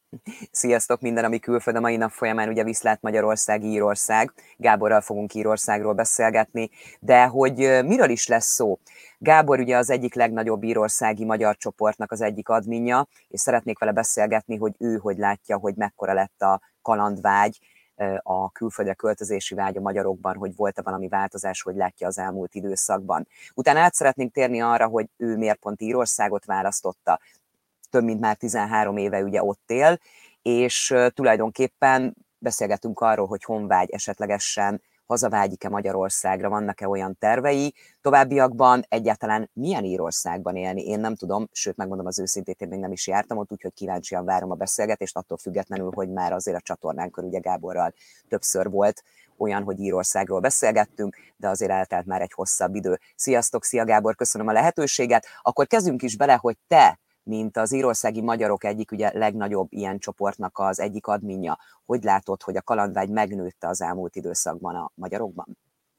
Sziasztok, minden, ami külföld. A mai nap folyamán ugye viszlát Magyarország, Írország. Gáborral fogunk Írországról beszélgetni, de hogy miről is lesz szó? Gábor ugye az egyik legnagyobb írországi magyar csoportnak az egyik adminja, és szeretnék vele beszélgetni, hogy ő hogy látja, hogy mekkora lett a kalandvágy, a külföldre költözési vágy a magyarokban, hogy volt-e valami változás, hogy látja az elmúlt időszakban. Utána át szeretnénk térni arra, hogy ő miért pont Írországot választotta, több mint már 13 éve ugye ott él, és tulajdonképpen beszélgetünk arról, hogy honvágy esetlegesen hazavágyik-e Magyarországra, vannak-e olyan tervei, továbbiakban egyáltalán milyen Írországban élni, én nem tudom, sőt megmondom az őszintét, én még nem is jártam ott, úgyhogy kíváncsian várom a beszélgetést, attól függetlenül, hogy már azért a csatornánkon ugye Gáborral többször volt olyan, hogy Írországról beszélgettünk, de azért eltelt már egy hosszabb idő. Sziasztok, szia Gábor, köszönöm a lehetőséget. Akkor kezdjünk is bele, hogy te, mint az írországi magyarok egyik ugye legnagyobb ilyen csoportnak az egyik adminja. Hogy látod, hogy a kalandvágy megnőtte az elmúlt időszakban a magyarokban?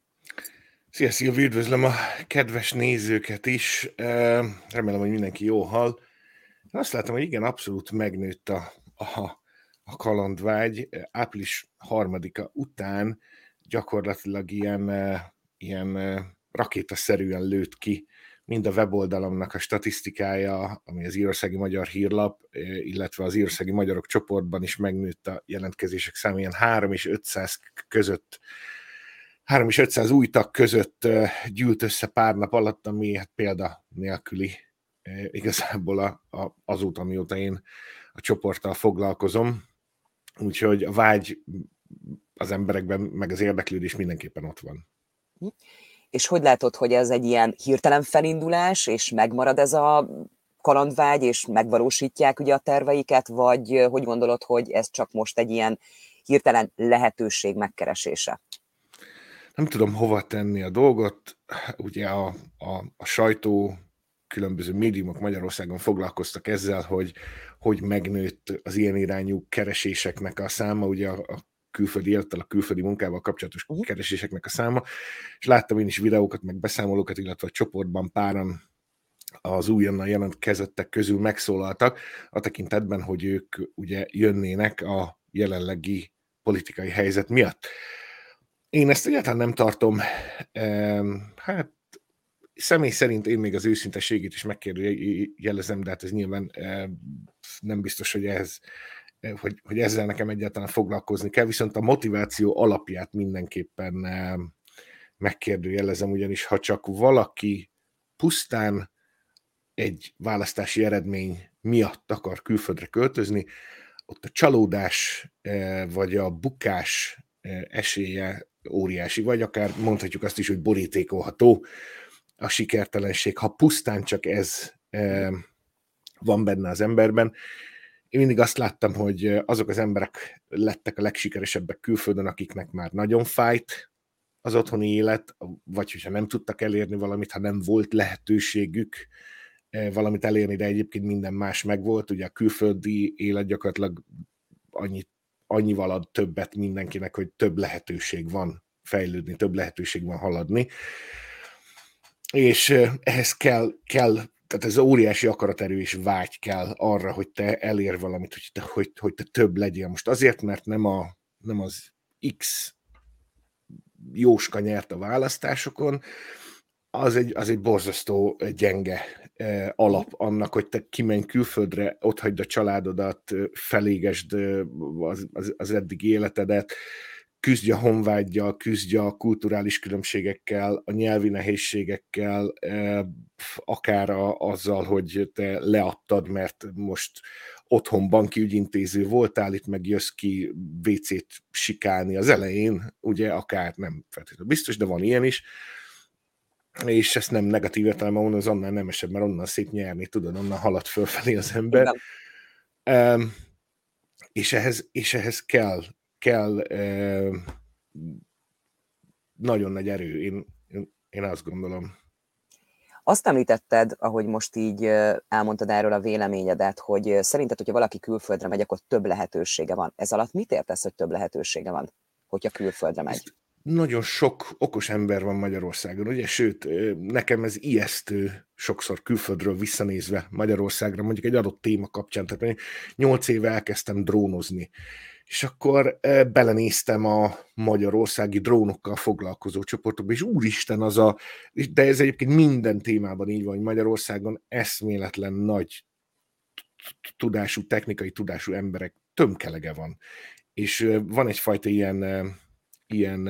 Szia, üdvözlöm a kedves nézőket is. Remélem, hogy mindenki jól hall. Én azt látom, hogy igen, abszolút megnőtt a kalandvágy. Április 3-a után gyakorlatilag ilyen rakétaszerűen lőtt ki mind a weboldalamnak a statisztikája, ami az írországi magyar hírlap, illetve az írországi magyarok csoportban is megnőtt a jelentkezések száma, ilyen 3 és 500 között 3 és 500 új tag között gyűlt össze pár nap alatt, ami hát példa nélküli igazából azóta, mióta én a csoporttal foglalkozom. Úgyhogy a vágy az emberekben, meg az érdeklődés mindenképpen ott van. És hogy látod, hogy ez egy ilyen hirtelen felindulás, és megmarad ez a kalandvágy, és megvalósítják ugye a terveiket, vagy hogy gondolod, hogy ez csak most egy ilyen hirtelen lehetőség megkeresése? Nem tudom hova tenni a dolgot. Ugye a sajtó, különböző médiumok Magyarországon foglalkoztak ezzel, hogy megnőtt az ilyen irányú kereséseknek a száma, ugye a külföldi élettel, a külföldi munkával kapcsolatos kereséseknek a száma, és láttam én is videókat, meg beszámolókat, illetve a csoportban páran az újonnan jelentkezettek közül megszólaltak a tekintetben, hogy ők ugye jönnének a jelenlegi politikai helyzet miatt. Én ezt egyáltalán nem tartom, hát személy szerint én még az őszintességét is megkérdőjelezem, de hát ez nyilván nem biztos, hogy ezzel nekem egyáltalán foglalkozni kell, viszont a motiváció alapját mindenképpen megkérdőjelezem, ugyanis ha csak valaki pusztán egy választási eredmény miatt akar külföldre költözni, ott a csalódás vagy a bukás esélye óriási, vagy akár mondhatjuk azt is, hogy borítékolható a sikertelenség, ha pusztán csak ez van benne az emberben. Én mindig azt láttam, hogy azok az emberek lettek a legsikeresebbek külföldön, akiknek már nagyon fájt az otthoni élet, vagy hogyha nem tudtak elérni valamit, ha nem volt lehetőségük valamit elérni, de egyébként minden más megvolt. Ugye a külföldi élet gyakorlatilag annyival ad többet mindenkinek, hogy több lehetőség van fejlődni, több lehetőség van haladni. És ehhez kell, tehát ez óriási akaraterő és vágy kell arra, hogy te elér valamit, hogy te több legyél. Most azért, mert nem az X Jóska nyert a választásokon, az egy borzasztó gyenge alap annak, hogy te kimenj külföldre, otthagyd a családodat, felégesd az eddigi életedet, küzdj a honvággyal, küzdj a kulturális különbségekkel, a nyelvi nehézségekkel, akár azzal, hogy te leadtad, mert most otthon banki ügyintéző voltál, itt meg jössz ki WC-t sikálni az elején, ugye, akár nem feltétlenül biztos, de van ilyen is, és ezt nem negatív értelemben mondom, az annál nemesebb, mert onnan szép nyerni, tudod, onnan halad fölfelé az ember. És ehhez kell nagyon nagy erő, én azt gondolom. Azt említetted, ahogy most így elmondtad erről a véleményedet, hogy szerinted, hogyha valaki külföldre megy, akkor több lehetősége van. Ez alatt mit értesz, hogy több lehetősége van, hogyha külföldre megy? nagyon sok okos ember van Magyarországon, ugye? Sőt, nekem ez ijesztő sokszor külföldről visszanézve Magyarországra, mondjuk egy adott téma kapcsán. Tehát én 8 éve elkezdtem drónozni, és akkor belenéztem a magyarországi drónokkal foglalkozó csoportokba, és úristen de ez egyébként minden témában így van, hogy Magyarországon eszméletlen nagy tudású, technikai tudású emberek tömkelege van. És van egyfajta ilyen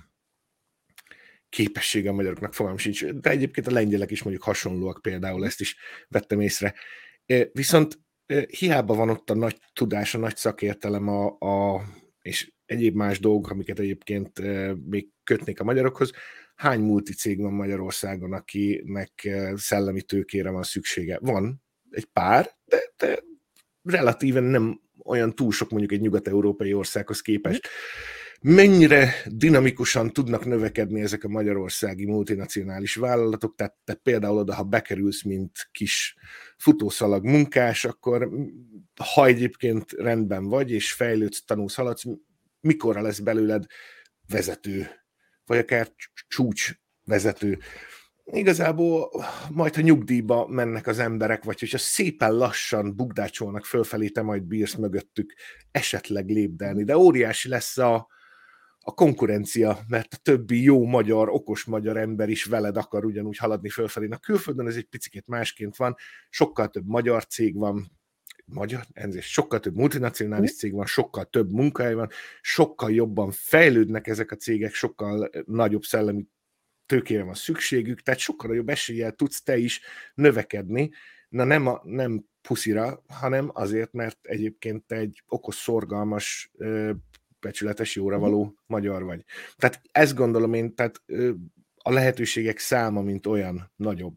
képessége a magyaroknak, fogalmam sincs, de egyébként a lengyelek is mondjuk hasonlóak, például ezt is vettem észre. Viszont hiába van ott a nagy tudás, a nagy szakértelem és egyéb más dolgok, amiket egyébként még kötnék a magyarokhoz, hány multicég van Magyarországon, akinek szellemi tőkére van szüksége? Van egy pár, de relatíven nem olyan túl sok mondjuk egy nyugat-európai országhoz képest. Mennyire dinamikusan tudnak növekedni ezek a magyarországi multinacionális vállalatok, tehát te például oda, ha bekerülsz, mint kis futószalag munkás, akkor ha egyébként rendben vagy, és fejlődsz, tanulsz, haladsz, mikorra lesz belőled vezető, vagy akár csúcsvezető. Igazából majd, ha nyugdíjba mennek az emberek, vagy hogyha szépen lassan bugdácsolnak fölfelé, te majd bírsz mögöttük esetleg lépdelni, de óriási lesz a konkurencia, mert a többi jó magyar, okos magyar ember is veled akar ugyanúgy haladni fölfelé. Na külföldön ez egy picit másként van, sokkal több magyar cég van, sokkal több multinacionális cég van, sokkal több munkahely van, sokkal jobban fejlődnek ezek a cégek, sokkal nagyobb szellemi tőkére van szükségük, tehát sokkal nagyobb eséllyel tudsz te is növekedni, na nem puszira, hanem azért, mert egyébként te egy okos, szorgalmas, becsületes, jóra való magyar vagy. Tehát ezt gondolom én, tehát a lehetőségek száma, mint olyan, nagyobb.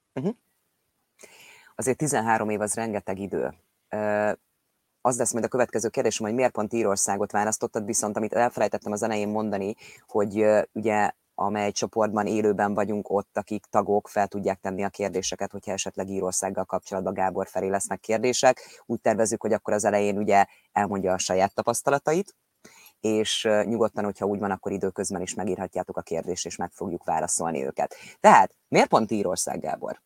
Azért 13 év az rengeteg idő. Az lesz majd a következő kérdésem, hogy miért pont Írországot választottad, viszont amit elfelejtettem az elején mondani, hogy ugye amely csoportban élőben vagyunk ott, akik tagok fel tudják tenni a kérdéseket, hogyha esetleg Írországgal kapcsolatban Gábor felé lesznek kérdések. Úgy tervezzük, hogy akkor az elején ugye elmondja a saját tapasztalatait, és nyugodtan, hogyha úgy van, akkor időközben is megírhatjátok a kérdést, és meg fogjuk válaszolni őket. Tehát, miért pont Írország, Gábor?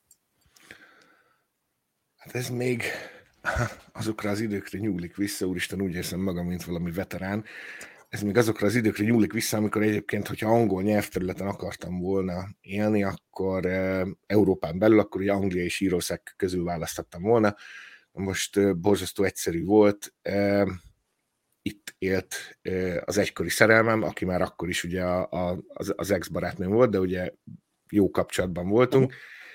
Hát ez még azokra az időkre nyúlik vissza, úristen, úgy érzem magam, mint valami veterán. Ez még azokra az időkre nyúlik vissza, amikor egyébként, hogyha angol nyelvterületen akartam volna élni, akkor Európán belül, akkor ugye Anglia és Írország közül választottam volna. Most borzasztó egyszerű volt. Itt élt az egykori szerelmem, aki már akkor is ugye az ex-barátnőm volt, de ugye jó kapcsolatban voltunk.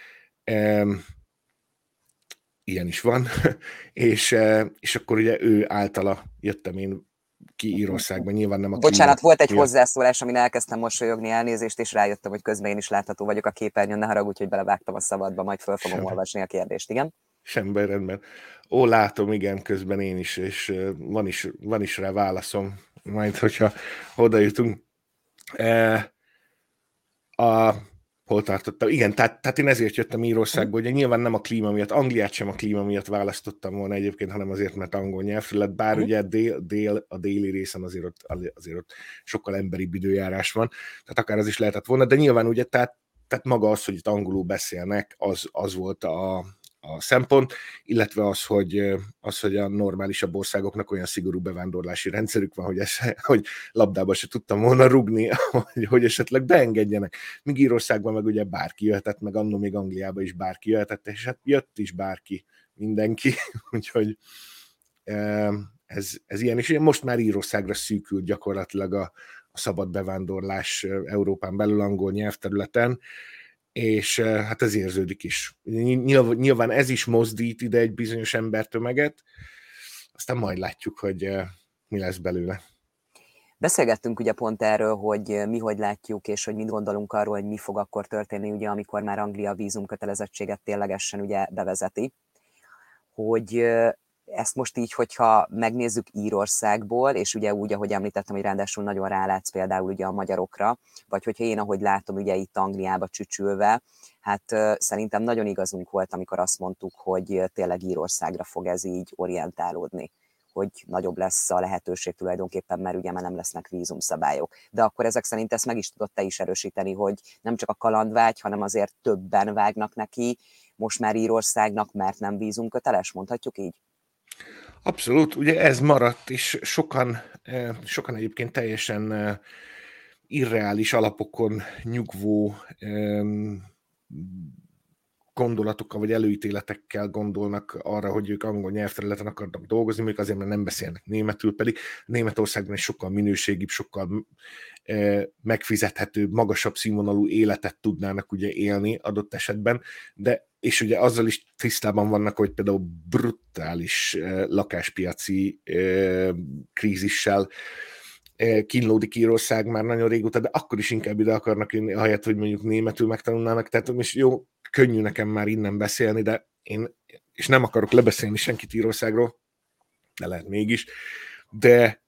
Ilyen is van, és akkor ugye ő általa jöttem én ki Írországban, nyilván nem a Bocsánat, volt egy hozzászólás, amin elkezdtem mosolyogni, elnézést, és rájöttem, hogy közben én is látható vagyok a képernyőn, ne haragudj, hogy belevágtam a szabadba, majd föl fogom olvasni a kérdést, igen? Semmi, rendben. Ó, látom, igen, közben én is, és van is rá válaszom, majd hogyha oda jutunk. Hol tartottam? Igen, tehát én ezért jöttem Írországba, ugye nyilván nem a klíma miatt, Angliát sem a klíma miatt választottam volna egyébként, hanem azért, mert angol nyelvterület, bár ugye a déli részen azért ott sokkal emberibb időjárás van, tehát akár az is lehetett volna, de nyilván ugye, tehát maga az, hogy itt angolul beszélnek, az volt a szempont, illetve az, hogy a normálisabb országoknak olyan szigorú bevándorlási rendszerük van, hogy labdába se tudtam volna rugni, hogy esetleg beengedjenek. Míg Írországban meg ugye bárki jöhetett, meg annó még Angliába is bárki jöhetett, és hát jött is bárki, mindenki, úgyhogy ez ilyen, és most már Írországra szűkült gyakorlatilag a szabad bevándorlás Európán belül angol nyelvterületen, és hát ez érződik is. Nyilván ez is mozdít ide egy bizonyos embertömeget, aztán majd látjuk, hogy mi lesz belőle. Beszélgettünk ugye pont erről, hogy mi hogy látjuk, és hogy mit gondolunk arról, hogy mi fog akkor történni, ugye, amikor már Anglia vízumkötelezettséget ténylegesen ugye bevezeti, hogy ezt most így, hogyha megnézzük Írországból, és ugye úgy, ahogy említettem, hogy ráadásul nagyon rálátsz például ugye a magyarokra, vagy hogyha én, ahogy látom ugye itt Angliába csücsülve, hát szerintem nagyon igazunk volt, amikor azt mondtuk, hogy tényleg Írországra fog ez így orientálódni, hogy nagyobb lesz a lehetőség tulajdonképpen, mert ugye már nem lesznek vízumszabályok. De akkor ezek szerint ezt meg is tudod te is erősíteni, hogy nem csak a kalandvágy, hanem azért többen vágnak neki most már Írországnak, mert nem vízumköteles, mondhatjuk így? Abszolút, ugye ez maradt, és sokan egyébként teljesen irreális alapokon nyugvó gondolatokkal vagy előítéletekkel gondolnak arra, hogy ők angol nyelvterületen akarnak dolgozni, még azért, mert nem beszélnek németül, pedig Németországban egy sokkal minőségibb, sokkal megfizethetőbb, magasabb színvonalú életet tudnának ugye élni adott esetben, de és ugye azzal is tisztában vannak, hogy például brutális lakáspiaci krízissel kínlódik Írország már nagyon régóta, de akkor is inkább ide akarnak jönni, ahelyett, hogy mondjuk németül megtanulnának. Tehát most jó, könnyű nekem már innen beszélni, de és nem akarok lebeszélni senkit Írországról, de lehet mégis, de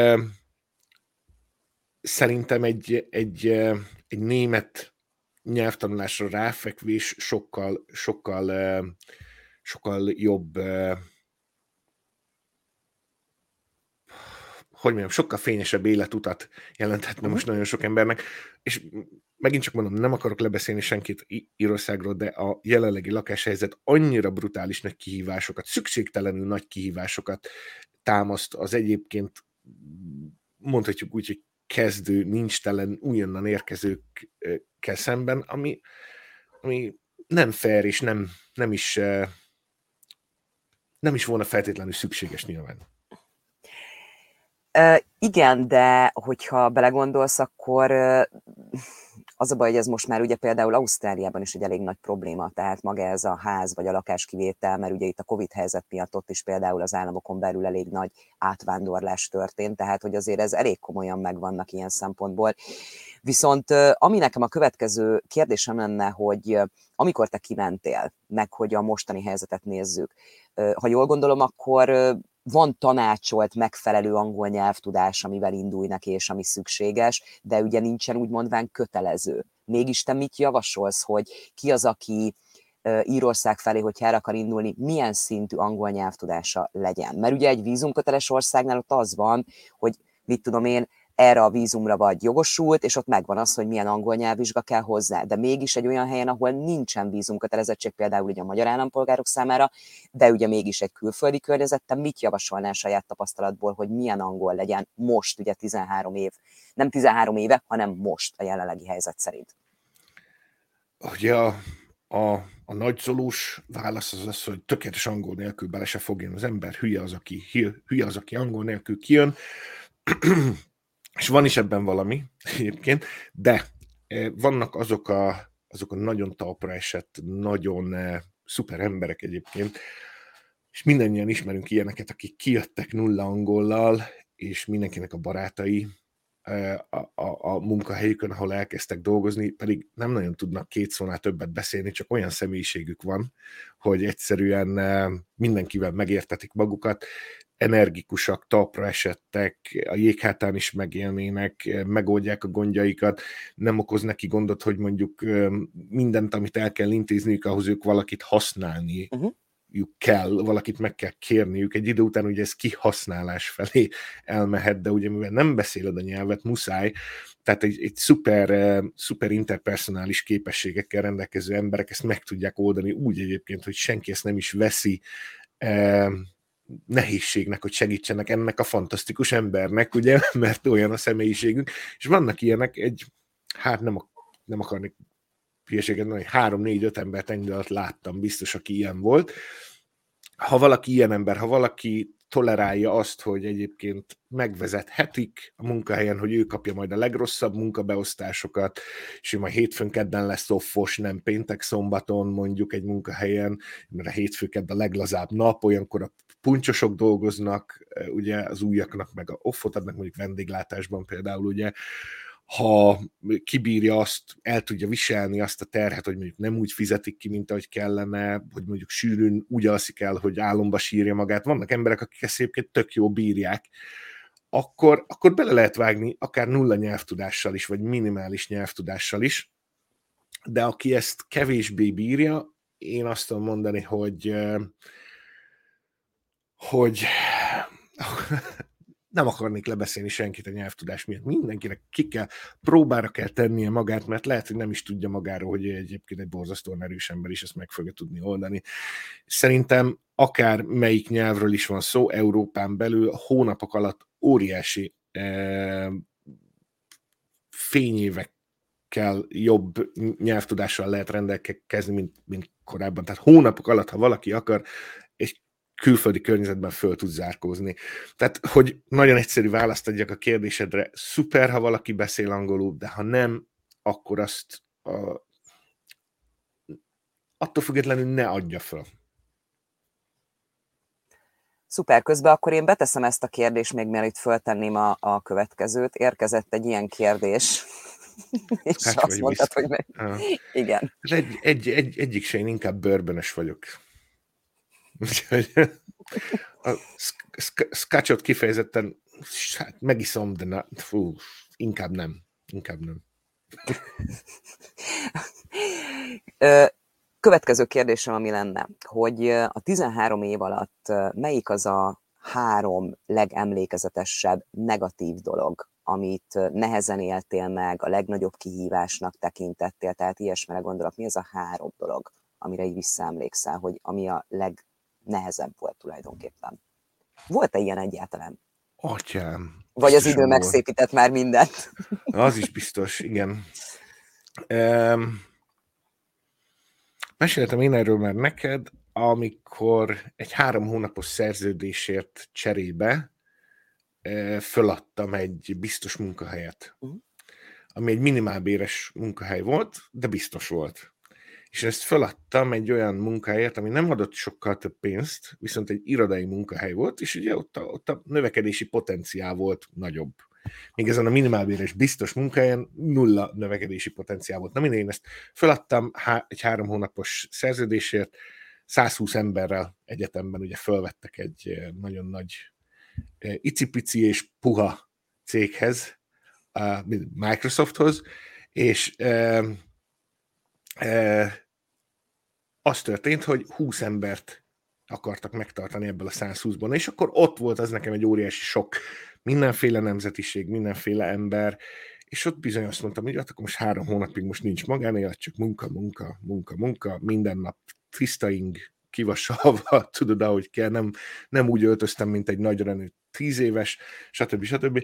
szerintem egy német nyelvtanulásra ráfekvés sokkal jobb, hogy mondjam, sokkal fényesebb életutat jelenthetne most nagyon sok embernek, és megint csak mondom, nem akarok lebeszélni senkit Írországról, de a jelenlegi lakáshelyzet annyira brutális nagy kihívásokat, szükségtelenül nagy kihívásokat támaszt az egyébként mondhatjuk úgy, hogy kezdő, nincs telen, újonnan érkezőkkel szemben, ami nem fair, és nem is volna feltétlenül szükséges nyilván. Igen, de hogyha belegondolsz, akkor az a baj, hogy ez most már ugye például Ausztráliában is egy elég nagy probléma, tehát maga ez a ház vagy a lakáskivétel, mert ugye itt a Covid helyzet miatt ott is például az államokon belül elég nagy átvándorlás történt, tehát hogy azért ez elég komolyan megvannak ilyen szempontból. Viszont ami nekem a következő kérdésem lenne, hogy amikor te kimentél, meg hogy a mostani helyzetet nézzük, ha jól gondolom, akkor van tanácsolt megfelelő angol nyelvtudás, amivel indulnak és ami szükséges, de ugye nincsen úgy mondván kötelező. Mégis te mit javasolsz, hogy ki az, aki Írország felé, hogyha el akar indulni, milyen szintű angol nyelvtudása legyen? Mert ugye egy vízumköteles országnál ott az van, hogy mit tudom én, erre a vízumra vagy jogosult, és ott megvan az, hogy milyen angol nyelvvizsga kell hozzá. De mégis egy olyan helyen, ahol nincsen vízumkötelezettség, például ugye a magyar állampolgárok számára, de ugye mégis egy külföldi környezetben, mit javasolnál saját tapasztalatból, hogy milyen angol legyen most, ugye 13 év, nem 13 éve, hanem most a jelenlegi helyzet szerint? Ugye a nagyzolós válasz az, hogy tökéletes angol nélkül bele se fog jönni az ember, hülye az, aki angol nélkül kijön, és van is ebben valami egyébként, de vannak azok a nagyon talpra esett, nagyon szuper emberek egyébként, és mindannyian ismerünk ilyeneket, akik kijöttek nulla angollal, és mindenkinek a barátai a munkahelyükön, ahol elkezdtek dolgozni, pedig nem nagyon tudnak két szónál többet beszélni, csak olyan személyiségük van, hogy egyszerűen mindenkivel megértetik magukat, energikusak, talpra esettek, a jéghátán is megélnének, megoldják a gondjaikat, nem okoz neki gondot, hogy mondjuk mindent, amit el kell intézniük, ahhoz ők valakit használni kell, valakit meg kell kérniük. Egy idő után ugye ez kihasználás felé elmehet, de ugye mivel nem beszéled a nyelvet, muszáj, tehát egy szuper interpersonális képességekkel rendelkező emberek ezt meg tudják oldani úgy egyébként, hogy senki ezt nem is veszi nehézségnek, hogy segítsenek ennek a fantasztikus embernek, ugye, mert olyan a személyiségünk, és vannak ilyenek, nem akarnék hülyeséget mondani, 3-4-5 embert ennyi alatt láttam, biztos, aki ilyen volt. Ha valaki ilyen ember, ha valaki tolerálja azt, hogy egyébként megvezethetik a munkahelyen, hogy ő kapja majd a legrosszabb munkabeosztásokat, és ő majd hétfőn-kedden lesz offos, nem péntek-szombaton mondjuk egy munkahelyen, mert a hétfő-kedd a leglazább nap, olyankor a puncsosok dolgoznak, ugye az újaknak meg a offot adnak, mondjuk vendéglátásban például, ugye, ha kibírja azt, el tudja viselni azt a terhet, hogy mondjuk nem úgy fizetik ki, mint ahogy kellene, hogy mondjuk sűrűn úgy alszik el, hogy álomba sírja magát. Vannak emberek, akik ezt egyébként tök jó bírják, akkor bele lehet vágni akár nulla nyelvtudással is, vagy minimális nyelvtudással is, de aki ezt kevésbé bírja, én azt tudom mondani, hogy nem akarnék lebeszélni senkit a nyelvtudás miatt. Mindenkinek próbára kell tennie magát, mert lehet, hogy nem is tudja magáról, hogy egyébként egy borzasztóan erős ember is ezt meg fogja tudni oldani. Szerintem akár melyik nyelvről is van szó, Európán belül hónapok alatt óriási fényévekkel jobb nyelvtudással lehet rendelkezni, mint korábban. Tehát hónapok alatt, ha valaki akar, egy külföldi környezetben föl tud zárkózni. Tehát, hogy nagyon egyszerű választ adjak a kérdésedre, szuper, ha valaki beszél angolul, de ha nem, akkor azt attól függetlenül ne adja föl. Szuper, közben akkor én beteszem ezt a kérdést, még mielőtt föltenném a következőt. Érkezett egy ilyen kérdés, és Hát azt mondtad, hogy meg... Igen. Egyik se, én inkább bőrbönös vagyok. Úgyhogy a scotchot kifejezetten hát megiszom, de inkább nem. Következő kérdésem, ami lenne, hogy a 13 év alatt melyik az a 3 legemlékezetesebb negatív dolog, amit nehezen éltél meg, a legnagyobb kihívásnak tekintettél, tehát ilyesmire gondolok, mi az a 3 dolog, amire így visszaemlékszel, hogy ami a legnehezebb volt tulajdonképpen? Volt-e ilyen egyáltalán? Atyám. Vagy az idő megszépített már mindent? Az is biztos, igen. Meséltem én erről már neked, amikor egy 3 hónapos szerződésért cserébe föladtam egy biztos munkahelyet, ami egy minimálbéres munkahely volt, de biztos volt. És ezt föladtam egy olyan munkahelyet, ami nem adott sokkal több pénzt, viszont egy irodai munkahely volt, és ugye ott a növekedési potenciál volt nagyobb. Még ezen a minimálbéres biztos munkahelyen 0 növekedési potenciál volt. Na mindegy, én ezt föladtam egy 3 hónapos szerződésért, 120 emberrel egyetemben ugye fölvettek egy nagyon nagy icipici és puha céghez, Microsofthoz, és az történt, hogy 20 embert akartak megtartani ebből a 120-ban, és akkor ott volt az nekem egy óriási sok, mindenféle nemzetiség, mindenféle ember, és ott bizony azt mondtam, hogy akkor most 3 hónapig most nincs magánélet, csak munka, minden nap tisztaing, kivasalva, tudod, ahogy kell, nem úgy öltöztem, mint egy nagyra nőtt 10 éves, stb.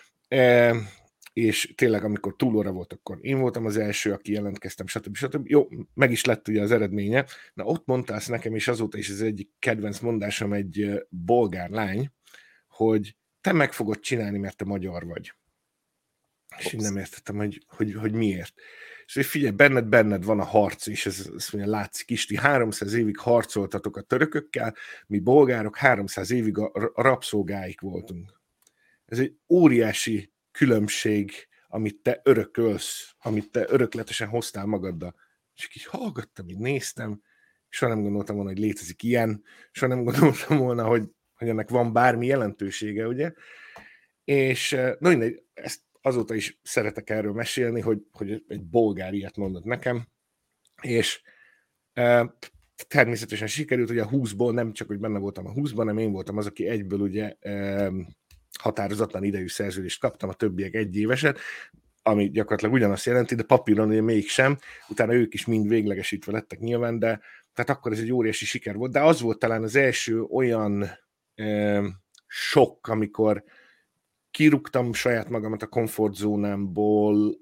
És tényleg, amikor túlóra volt, akkor én voltam az első, aki jelentkeztem, stb. Jó, meg is lett ugye az eredménye. Na, ott mondta azt nekem, és azóta is ez egyik kedvenc mondásom, egy bolgár lány, hogy te meg fogod csinálni, mert te magyar vagy. És én nem értettem, hogy miért. És hogy figyelj, benned van a harc, és ez mondja, látszik is, ti 300 évig harcoltatok a törökökkel, mi bolgárok 300 évig a rabszolgáik voltunk. Ez egy óriási különbség, amit te örökölsz, amit te örökletesen hoztál magaddal. És így hallgattam, így néztem, soha nem gondoltam volna, hogy létezik ilyen, soha nem gondoltam volna, hogy ennek van bármi jelentősége, ugye? És na mindegy, ezt azóta is szeretek erről mesélni, hogy egy bolgár ilyet mondott nekem, és természetesen sikerült, hogy a 20-ból nem csak, hogy benne voltam a 20-ban, hanem én voltam az, aki egyből ugye határozatlan idejű szerződést kaptam, a többiek 1 éveset, ami gyakorlatilag ugyanazt jelenti, de papíron ugye mégsem, utána ők is mind véglegesítve lettek nyilván, de tehát akkor ez egy óriási siker volt, de az volt talán az első olyan sok, amikor kirúgtam saját magamat a komfortzónámból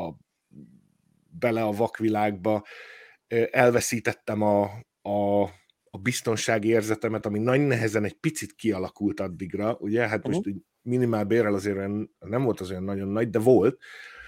bele a vakvilágba, elveszítettem a biztonsági érzetemet, ami nagy nehezen egy picit kialakult addigra, ugye, hát most minimál bérrel azért nem volt az olyan nagyon nagy, de volt,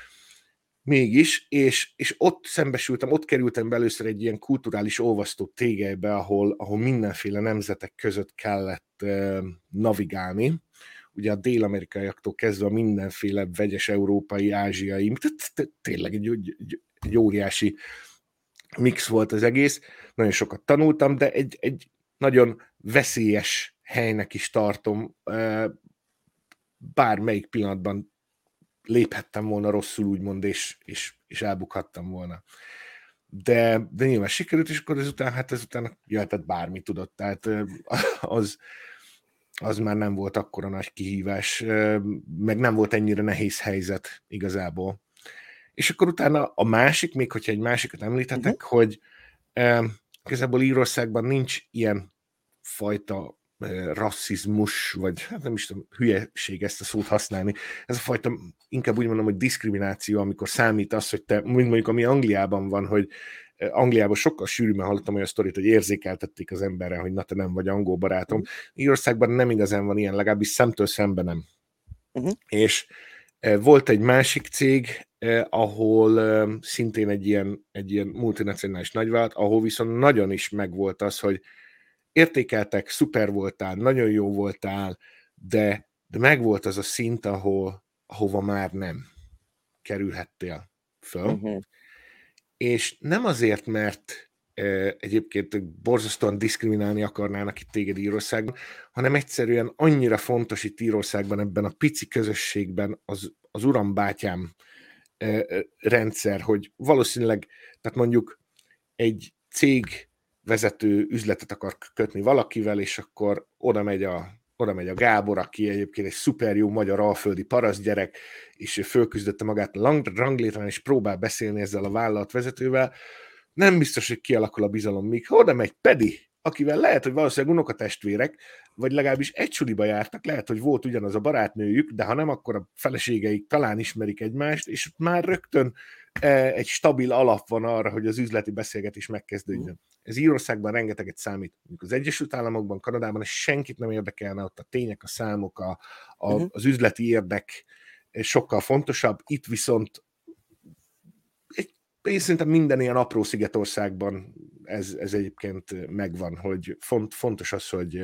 mégis, és ott szembesültem, ott kerültem be először egy ilyen kulturális olvasztó tégelybe, ahol mindenféle nemzetek között kellett navigálni, ugye a dél-amerikaiaktól kezdve a mindenféle vegyes európai, ázsiai, tényleg egy óriási mix volt az egész, nagyon sokat tanultam, de egy nagyon veszélyes helynek is tartom, bármelyik pillanatban léphettem volna rosszul, úgymond, és elbukhattam volna. De nyilván sikerült, és akkor ezután jöhetett bármi, tudott, tehát az már nem volt akkora nagy kihívás, meg nem volt ennyire nehéz helyzet igazából. És akkor utána a másik, még hogyha egy másikat említetek, hogy igazából Írországban nincs ilyen fajta rasszizmus, vagy hát nem is tudom, hülyeség ezt a szót használni. Ez a fajta, inkább úgy mondom, hogy diszkrimináció, amikor számít az, hogy te, mint mondjuk ami Angliában van, hogy Angliában sokkal sűrűbben hallottam olyan sztorit, hogy érzékeltették az emberre, hogy na te nem vagy angol barátom. Írországban nem igazán van ilyen, legalábbis szemtől szemben nem. És volt egy másik cég, ahol szintén egy ilyen multinacionális nagyvállalat, ahol viszont nagyon is megvolt az, hogy értékeltek, szuper voltál, nagyon jó voltál, de megvolt az a szint, ahova már nem kerülhettél föl. És nem azért, mert egyébként borzasztóan diszkriminálni akarnának itt téged Írországban, hanem egyszerűen annyira fontos itt Írországban, ebben a pici közösségben az uram-bátyám rendszer, hogy valószínűleg, tehát mondjuk egy cég vezető üzletet akar kötni valakivel, és akkor oda megy a Gábor, aki egyébként egy szuper jó magyar alföldi parasztgyerek, és fölküzdötte magát a ranglétrán, és próbál beszélni ezzel a vállalatvezetővel. Nem biztos, hogy kialakul a bizalom, míg oda megy Pedi, akivel lehet, hogy valószínűleg unokatestvérek, vagy legalábbis egy suliba jártak, lehet, hogy volt ugyanaz a barátnőjük, de ha nem, akkor a feleségeik talán ismerik egymást, és már rögtön egy stabil alap van arra, hogy az üzleti beszélgetés megkezdődjön. Ez Írországban rengeteget számít. Az Egyesült Államokban, Kanadában és senkit nem érdekelne, ott a tények, a számok, az üzleti érdek sokkal fontosabb. Itt viszont én szerintem minden ilyen apró szigetországban ez egyébként megvan, hogy fontos az, hogy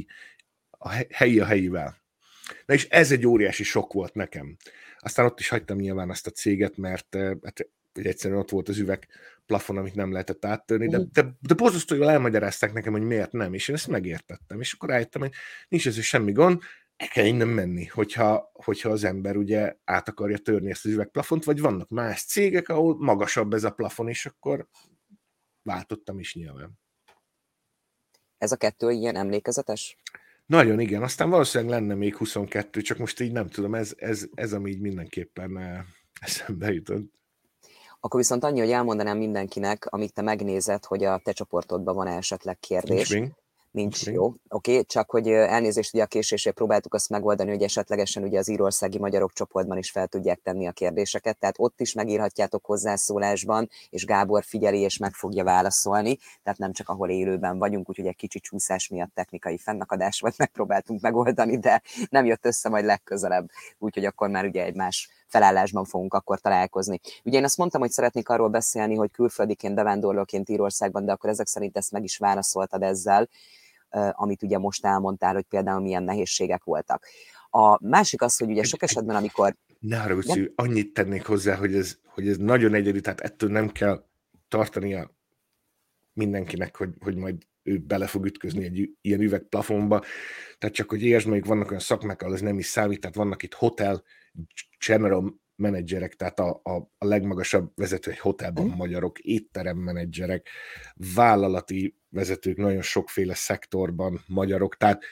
helyi a helyivel. Na és ez egy óriási sok volt nekem. Aztán ott is hagytam nyilván azt a céget, mert hát, egyszerűen ott volt az üvegplafon, amit nem lehetett áttörni, de borzasztó jól elmagyarázták nekem, hogy miért nem, és én ezt megértettem. És akkor rájöttem, hogy nincs ezzel semmi gond, el kell innen menni, hogyha az ember ugye át akarja törni ezt az üvegplafont, vagy vannak más cégek, ahol magasabb ez a plafon, és akkor váltottam is nyilván. Ez a 2 ilyen emlékezetes? Nagyon igen, aztán valószínűleg lenne még 22, csak most így nem tudom, ez ami így mindenképpen eszembe jutott. Akkor viszont annyi, hogy elmondanám mindenkinek, amíg te megnézed, hogy a te csoportodban van esetleg kérdés. Nincs jó. Oké, csak hogy elnézést, ugye a késésért próbáltuk azt megoldani, hogy esetlegesen ugye az írországi magyarok csoportban is fel tudják tenni a kérdéseket, tehát ott is megírhatjátok hozzászólásban, és Gábor figyeli és meg fogja válaszolni, tehát nem csak ahol élőben vagyunk, úgyhogy egy kicsi csúszás miatt technikai fennakadás volt, megpróbáltunk megoldani, de nem jött össze, majd legközelebb, úgyhogy akkor már ugye egy más felállásban fogunk akkor találkozni. Ugye én azt mondtam, hogy szeretnék arról beszélni, hogy külföldiként, bevándorlóként Írországban, de akkor ezek szerint ezt meg is válaszoltad ezzel, amit ugye most elmondtál, hogy például milyen nehézségek voltak. A másik az, hogy ugye sok esetben, amikor... Ne haragudj, annyit tennék hozzá, hogy ez nagyon egyedi, tehát ettől nem kell tartania mindenkinek, hogy majd ő bele fog ütközni egy ilyen üvegplafonba. Tehát csak, hogy értsd, még vannak olyan szakmák, ahol ez nem is számít, tehát vannak itt hotel general menedzserek, tehát a legmagasabb vezető egy hotelban magyarok, étterem menedzserek, vállalati vezetők nagyon sokféle szektorban magyarok, tehát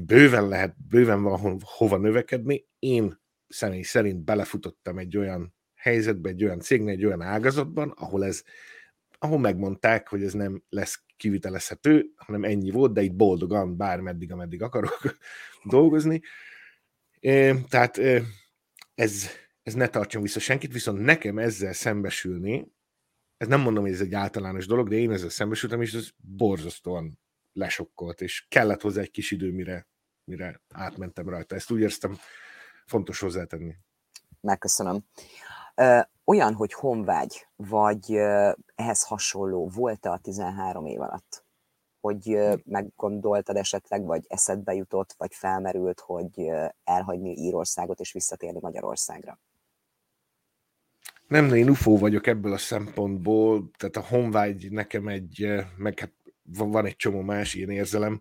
bőven van hova növekedni. Én személy szerint belefutottam egy olyan helyzetbe, egy olyan cégnél, egy olyan ágazatban, ahol megmondták, hogy ez nem lesz kivitelezhető, hanem ennyi volt, de itt boldogan bármeddig, ameddig akarok dolgozni. Tehát ez ne tartson vissza senkit, viszont nekem ezzel szembesülni, ez nem mondom, hogy ez egy általános dolog, de én ezzel szembesültem, és ez borzasztóan lesokkolt, és kellett hozzá egy kis idő, mire átmentem rajta. Ezt úgy érztem, fontos hozzátenni. Megköszönöm. Olyan, hogy honvágy, vagy ehhez hasonló volt-e a 13 év alatt? Hogy meggondoltad esetleg, vagy eszedbe jutott, vagy felmerült, hogy elhagyni Írországot és visszatérni Magyarországra? Nem, én UFO vagyok ebből a szempontból, tehát a honvágy nekem meg hát van egy csomó más ilyen érzelem,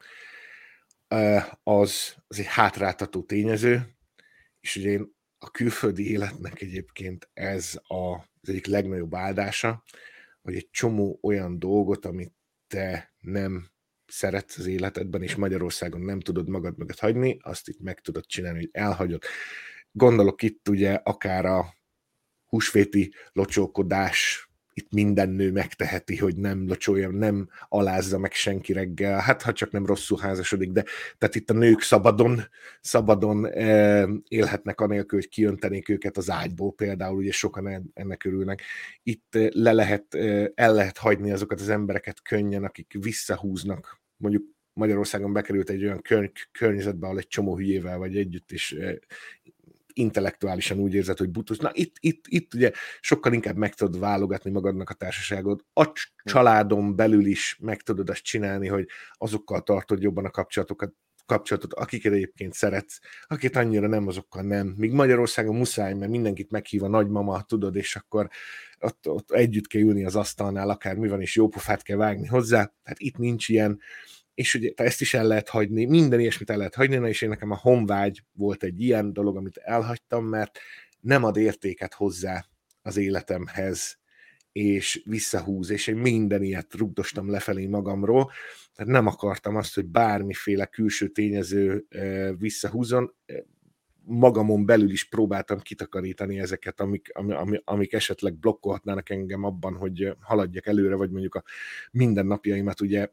az egy hátráltató tényező, és ugye én a külföldi életnek egyébként ez az egyik legnagyobb áldása, hogy egy csomó olyan dolgot, amit te nem szeretsz az életedben, és Magyarországon nem tudod magad mögött hagyni, azt itt meg tudod csinálni, hogy elhagyod. Gondolok itt ugye akár a húsvéti locsókodás, itt minden nő megteheti, hogy nem locsolja, nem alázza meg senki reggel, hát ha csak nem rosszul házasodik, de tehát itt a nők szabadon élhetnek anélkül, hogy kijöntenék őket az ágyból például, ugye sokan ennek örülnek. Itt el lehet hagyni azokat az embereket könnyen, akik visszahúznak, mondjuk Magyarországon bekerült egy olyan környezetbe, ahol egy csomó hülyével vagy együtt, és intellektuálisan úgy érzed, hogy butusz. Na itt ugye sokkal inkább meg tudod válogatni magadnak a társaságot. A családon belül is meg tudod azt csinálni, hogy azokkal tartod jobban a kapcsolatot, akiket egyébként szeretsz, akit annyira nem, azokkal nem. Míg Magyarországon muszáj, mert mindenkit meghív a nagymama, tudod, és akkor ott együtt kell ülni az asztalnál, akár mi van, és jó pofát kell vágni hozzá. Tehát itt nincs ilyen, és ugye ezt is el lehet hagyni, minden ilyesmit el lehet hagyni, és én nekem a honvágy volt egy ilyen dolog, amit elhagytam, mert nem ad értéket hozzá az életemhez, és visszahúz, és én minden ilyet rugdostam lefelé magamról, tehát nem akartam azt, hogy bármiféle külső tényező visszahúzon, magamon belül is próbáltam kitakarítani ezeket, amik esetleg blokkolhatnának engem abban, hogy haladjak előre, vagy mondjuk a mindennapjaimat ugye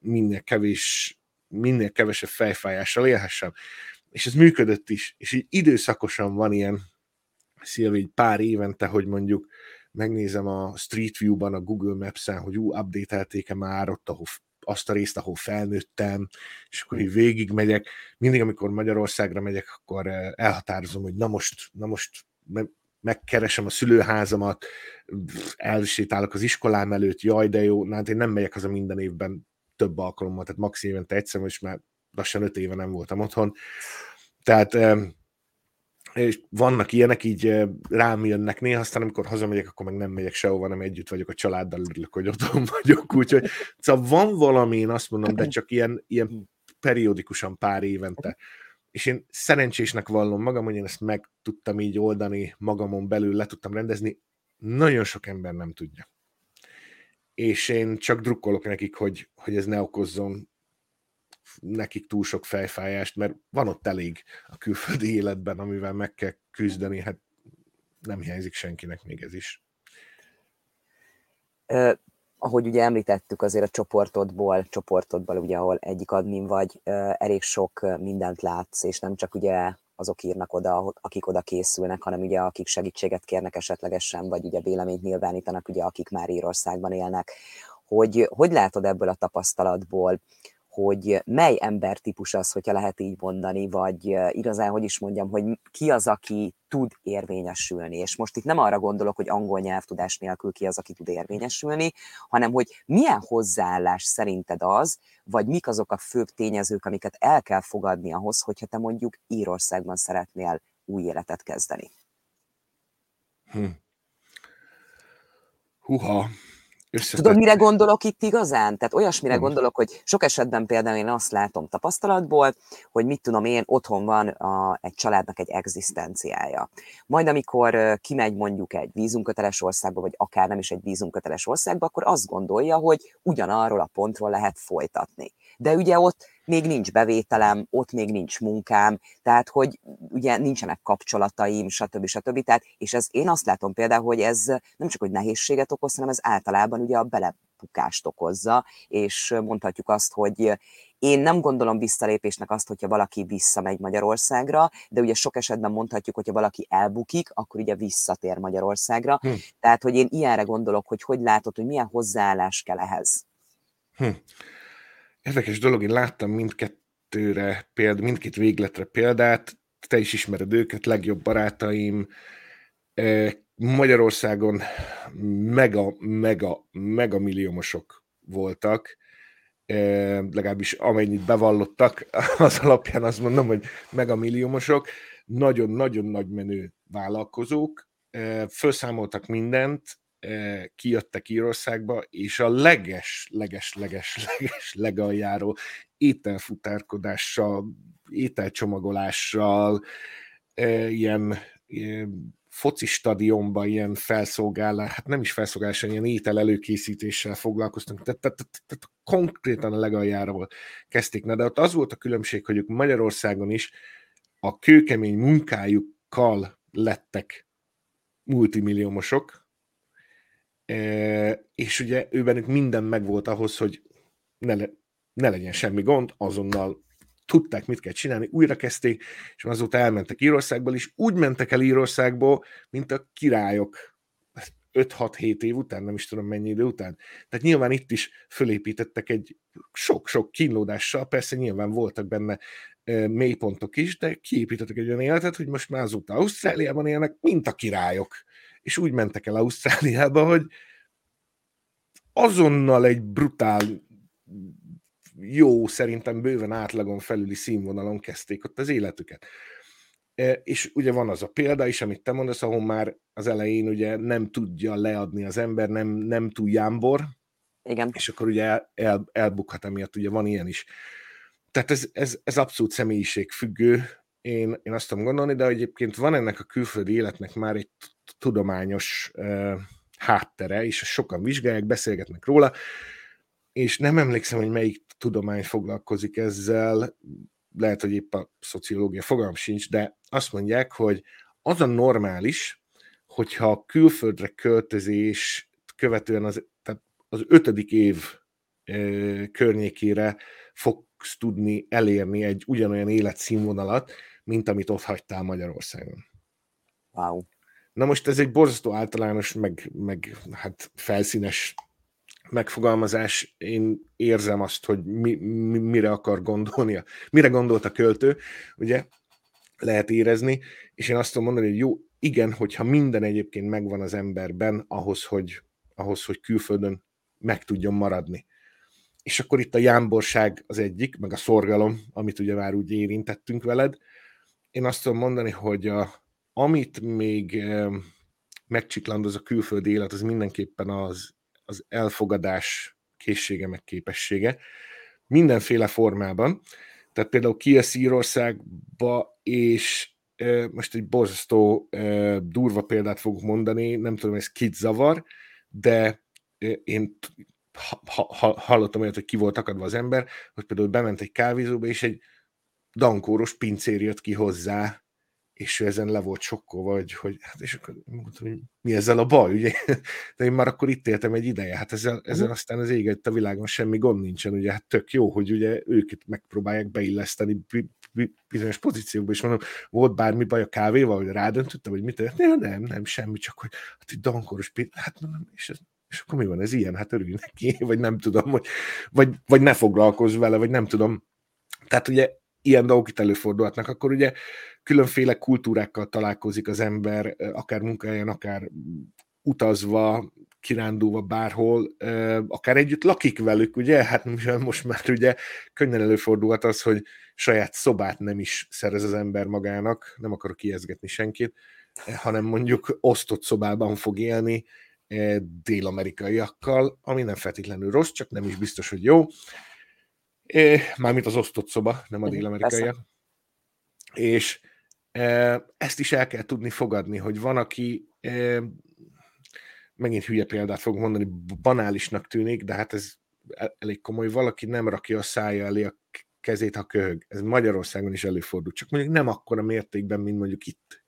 minél kevesebb fejfájással élhessem. És ez működött is, és így időszakosan van ilyen, Szilvi, egy pár évente, hogy mondjuk megnézem a Street View-ban, a Google Maps-en, hogy update-elték-e már ott, azt a részt, ahol felnőttem, és akkor így végigmegyek. Mindig, amikor Magyarországra megyek, akkor elhatározom, hogy na most megkeresem a szülőházamat, elsétálok az iskolám előtt, jaj, de jó, hát én nem megyek haza minden évben több alkalommal, tehát max. Évente egyszer, és már lassan 5 éve nem voltam otthon. Tehát és vannak ilyenek, így rám jönnek néha, aztán amikor hazamegyek, akkor meg nem megyek sehova, hanem együtt vagyok a családdal, örülök, hogy otthon vagyok, úgyhogy szóval van valami, én azt mondom, de csak ilyen periódikusan pár évente. És én szerencsésnek vallom magam, hogy én ezt meg tudtam így oldani magamon belül, le tudtam rendezni, nagyon sok ember nem tudja. És én csak drukkolok nekik, hogy ez ne okozzon nekik túl sok fejfájást, mert van ott elég a külföldi életben, amivel meg kell küzdeni, hát nem hiányzik senkinek még ez is. Ahogy ugye említettük, azért a csoportodból, ugye, ahol egyik admin vagy, elég sok mindent látsz, és nem csak ugye azok írnak oda, akik oda készülnek, hanem ugye akik segítséget kérnek esetlegesen, vagy ugye véleményt nyilvánítanak, ugye akik már Írországban élnek. Hogy látod ebből a tapasztalatból, hogy mely embertípus az, hogyha lehet így mondani, vagy igazán, hogy is mondjam, hogy ki az, aki tud érvényesülni. És most itt nem arra gondolok, hogy angol nyelvtudás nélkül ki az, aki tud érvényesülni, hanem hogy milyen hozzáállás szerinted az, vagy mik azok a főbb tényezők, amiket el kell fogadni ahhoz, hogyha te mondjuk Írországban szeretnél új életet kezdeni. Húha! Tudod, mire gondolok itt igazán? Tehát olyasmire gondolok, hogy sok esetben például én azt látom tapasztalatból, hogy mit tudom én, otthon van egy családnak egy egzisztenciája. Majd amikor kimegy mondjuk egy vízumköteles országba, vagy akár nem is egy vízumköteles országba, akkor azt gondolja, hogy ugyanarról a pontról lehet folytatni. De ugye ott még nincs bevételem, ott még nincs munkám, tehát hogy ugye nincsenek kapcsolataim, stb. Tehát, és én azt látom például, hogy ez nem csak hogy nehézséget okoz, hanem ez általában ugye a belepukást okozza, és mondhatjuk azt, hogy én nem gondolom visszalépésnek azt, hogyha valaki visszamegy Magyarországra, de ugye sok esetben mondhatjuk, hogyha valaki elbukik, akkor ugye visszatér Magyarországra. Tehát, hogy én ilyenre gondolok, hogy látod, hogy milyen hozzáállás kell ehhez. Érdekes dolog, én láttam mindkét végletre példát, te is ismered őket, legjobb barátaim, Magyarországon mega milliómosok voltak, legalábbis amennyit bevallottak, az alapján azt mondom, hogy megamilliómosok, nagyon-nagyon nagy menő vállalkozók, felszámoltak mindent, kijöttek Írországba, és a leges legaljáról ételfutárkodással, ételcsomagolással, ilyen foci stadionban ilyen felszolgálás, hát nem is felszolgálás, ilyen étel előkészítéssel foglalkoztunk, tehát konkrétan a legaljára volt kezdték. Na, de ott az volt a különbség, hogy ők Magyarországon is a kőkemény munkájukkal lettek multimilliómosok, és ugye őbenük minden megvolt ahhoz, hogy ne legyen semmi gond, azonnal tudták, mit kell csinálni, újra kezdték, és azóta elmentek Írországból, és úgy mentek el Írországból, mint a királyok 5-6-7 év után, nem is tudom mennyi idő után. Tehát nyilván itt is fölépítettek egy sok-sok kínlódással, persze nyilván voltak benne mélypontok is, de kiépítettek egy olyan életet, hogy most már azóta Ausztráliában élnek, mint a királyok. És úgy mentek el Ausztráliába, hogy azonnal egy brutál, jó, szerintem bőven átlagon felüli színvonalon kezdték ott az életüket. És ugye van az a példa is, amit te mondasz, ahol már az elején ugye nem tudja leadni az ember, nem túl jámbor, Igen. és akkor ugye elbukhat emiatt, ugye van ilyen is. Tehát ez abszolút személyiségfüggő, én azt tudom gondolni, de egyébként van ennek a külföldi életnek már egy tudományos háttere, és sokan vizsgálják, beszélgetnek róla, és nem emlékszem, hogy melyik tudomány foglalkozik ezzel, lehet, hogy épp a szociológia, fogalmam sincs, de azt mondják, hogy az a normális, hogyha a külföldre költözés követően tehát az 5. év környékére fogsz tudni elérni egy ugyanolyan életszínvonalat, mint amit ott hagytál Magyarországon. Wow. Na most ez egy borzasztó általános, meg hát felszínes megfogalmazás. Én érzem azt, hogy mire akar gondolni, mire gondolt a költő, ugye lehet érezni, és én azt tudom mondani, hogy jó, igen, hogyha minden egyébként megvan az emberben ahhoz, hogy külföldön meg tudjon maradni. És akkor itt a jámborság az egyik, meg a szorgalom, amit ugye már úgy érintettünk veled. Én azt tudom mondani, hogy amit még megcsiklandoz a külföldi élet, az mindenképpen az elfogadás készsége, meg képessége. Mindenféle formában. Tehát például kijössz Írországba, és most egy borzasztó durva példát fogok mondani, nem tudom, ez kit zavar, de én hallottam olyat, hogy ki volt akadva az ember, hogy például bement egy kávézóba, és egy dankóros pincér jött ki hozzá, és ő ezen le volt sokkolva, hogy hát és akkor mondtam, hogy mi ezzel a baj, ugye? De én már akkor itt éltem egy ideje, hát ezzel aztán az ég a világon semmi gond nincsen, ugye, hát tök jó, hogy ugye őket megpróbálják beilleszteni bizonyos pozíciókba, és mondom, volt bármi baj a kávéval, hogy rádöntöttem, vagy mit? Nem, semmi, csak hogy hát egy dankoros, hát mondom, és akkor mi van, ez ilyen, hát örülj neki, vagy nem tudom, vagy ne foglalkozz vele, vagy nem tudom. Tehát ugye ilyen dolgok itt előfordulhatnak, akkor ugye különféle kultúrákkal találkozik az ember, akár munkahelyen, akár utazva, kirándulva bárhol, akár együtt lakik velük, ugye? Hát most már ugye könnyen előfordulhat az, hogy saját szobát nem is szerez az ember magának, nem akarok ijesztgetni senkit, hanem mondjuk osztott szobában fog élni dél-amerikaiakkal, ami nem feltétlenül rossz, csak nem is biztos, hogy jó. Mármint az osztott szoba, nem a dél-amerikaiak. És ezt is el kell tudni fogadni, hogy van, aki megint hülye példát fogok mondani, banálisnak tűnik, de hát ez elég komoly, valaki nem rakja a szája elé a kezét, ha köhög. Ez Magyarországon is előfordul, csak mondjuk nem akkora mértékben, mint mondjuk itt.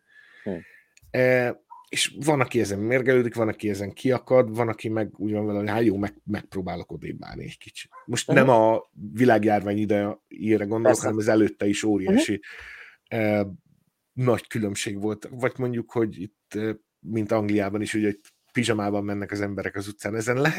És van, aki ezen mérgelődik, van, aki ezen kiakad, van, aki meg úgy van vele, hogy hát jó, megpróbálok odébb állni egy kicsit. Most nem a világjárvány idejére gondolok, hanem az előtte is óriási nagy különbség volt. Vagy mondjuk, hogy itt, mint Angliában is, hogy pizsamában mennek az emberek az utcán.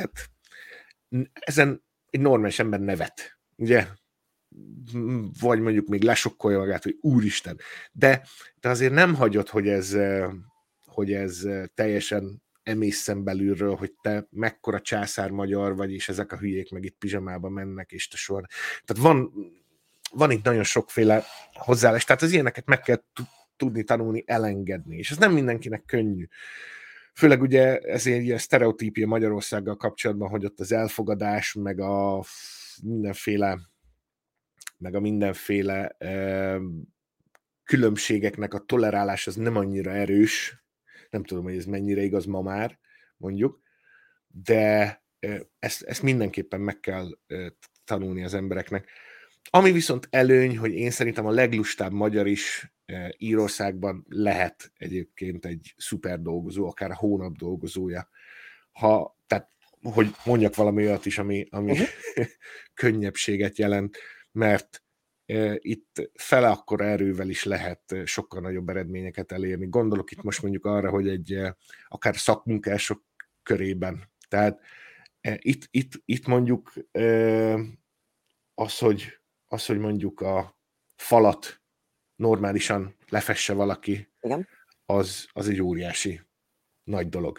Ezen egy normális ember nevet, ugye? Vagy mondjuk még lesokkolja magát, hogy úristen. De azért nem hagyod, hogy ez teljesen emészen belülről, hogy te mekkora császár magyar vagy, és ezek a hülyék meg itt pizsamában mennek, és te sor. Tehát van itt nagyon sokféle hozzáállás, tehát az ilyeneket meg kell tudni tanulni, elengedni, és ez nem mindenkinek könnyű. Főleg ugye ez egy ilyen sztereotípia Magyarországgal kapcsolatban, hogy ott az elfogadás, meg a mindenféle különbségeknek a tolerálás az nem annyira erős. nem tudom, hogy ez mennyire igaz ma már, mondjuk, de ezt mindenképpen meg kell tanulni az embereknek. Ami viszont előny, hogy én szerintem a leglustább magyar is Írországban lehet egyébként egy szuper dolgozó, akár a hónap dolgozója. Tehát, hogy mondjak valami olyat is, ami könnyebbséget jelent, mert itt fele akkora erővel is lehet sokkal nagyobb eredményeket elérni. Gondolok itt most mondjuk arra, hogy akár szakmunkások körében. Tehát itt mondjuk az, hogy mondjuk a falat normálisan lefesse valaki, Igen. az egy óriási nagy dolog.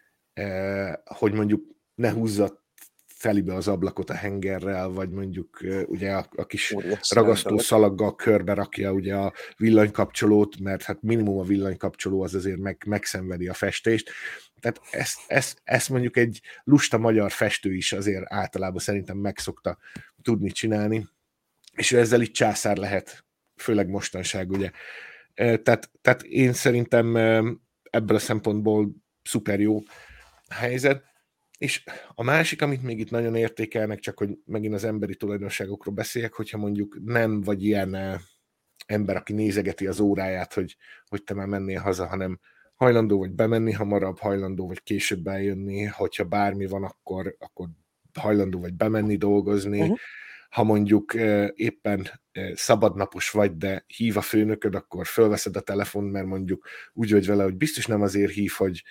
Hogy mondjuk ne húzza felibe az ablakot a hengerrel, vagy mondjuk ugye a kis ragasztó szalaggal körbe rakja ugye a villanykapcsolót, mert hát minimum a villanykapcsoló az azért megszenvedi a festést. Tehát ezt mondjuk egy lusta magyar festő is azért általában szerintem megszokta tudni csinálni, és ezzel itt császár lehet, főleg mostanság, ugye. Tehát én szerintem ebből a szempontból szuper jó helyzet. És a másik, amit még itt nagyon értékelnek, csak hogy megint az emberi tulajdonságokról beszéljek, hogyha mondjuk nem vagy ilyen ember, aki nézegeti az óráját, hogy te már mennél haza, hanem hajlandó vagy bemenni hamarabb, hajlandó vagy később eljönni, hogyha bármi van, akkor hajlandó vagy bemenni dolgozni. Ha mondjuk éppen szabadnapos vagy, de hív a főnököd, akkor fölveszed a telefon, mert mondjuk úgy vagy vele, hogy biztos nem azért hív, hogy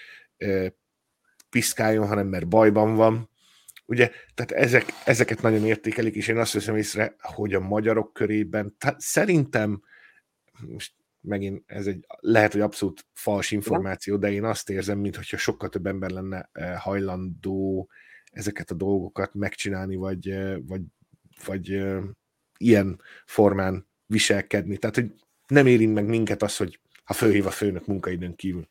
piszkáljon, hanem mert bajban van. Ugye, tehát ezeket nagyon értékelik, és én azt veszem észre, hogy a magyarok körében, szerintem, most megint ez lehet, hogy abszolút fals információ, de én azt érzem, mintha sokkal több ember lenne hajlandó ezeket a dolgokat megcsinálni, vagy ilyen formán viselkedni. Tehát, hogy nem érint meg minket az, hogy ha fölhív a főnök munkaidőn kívül.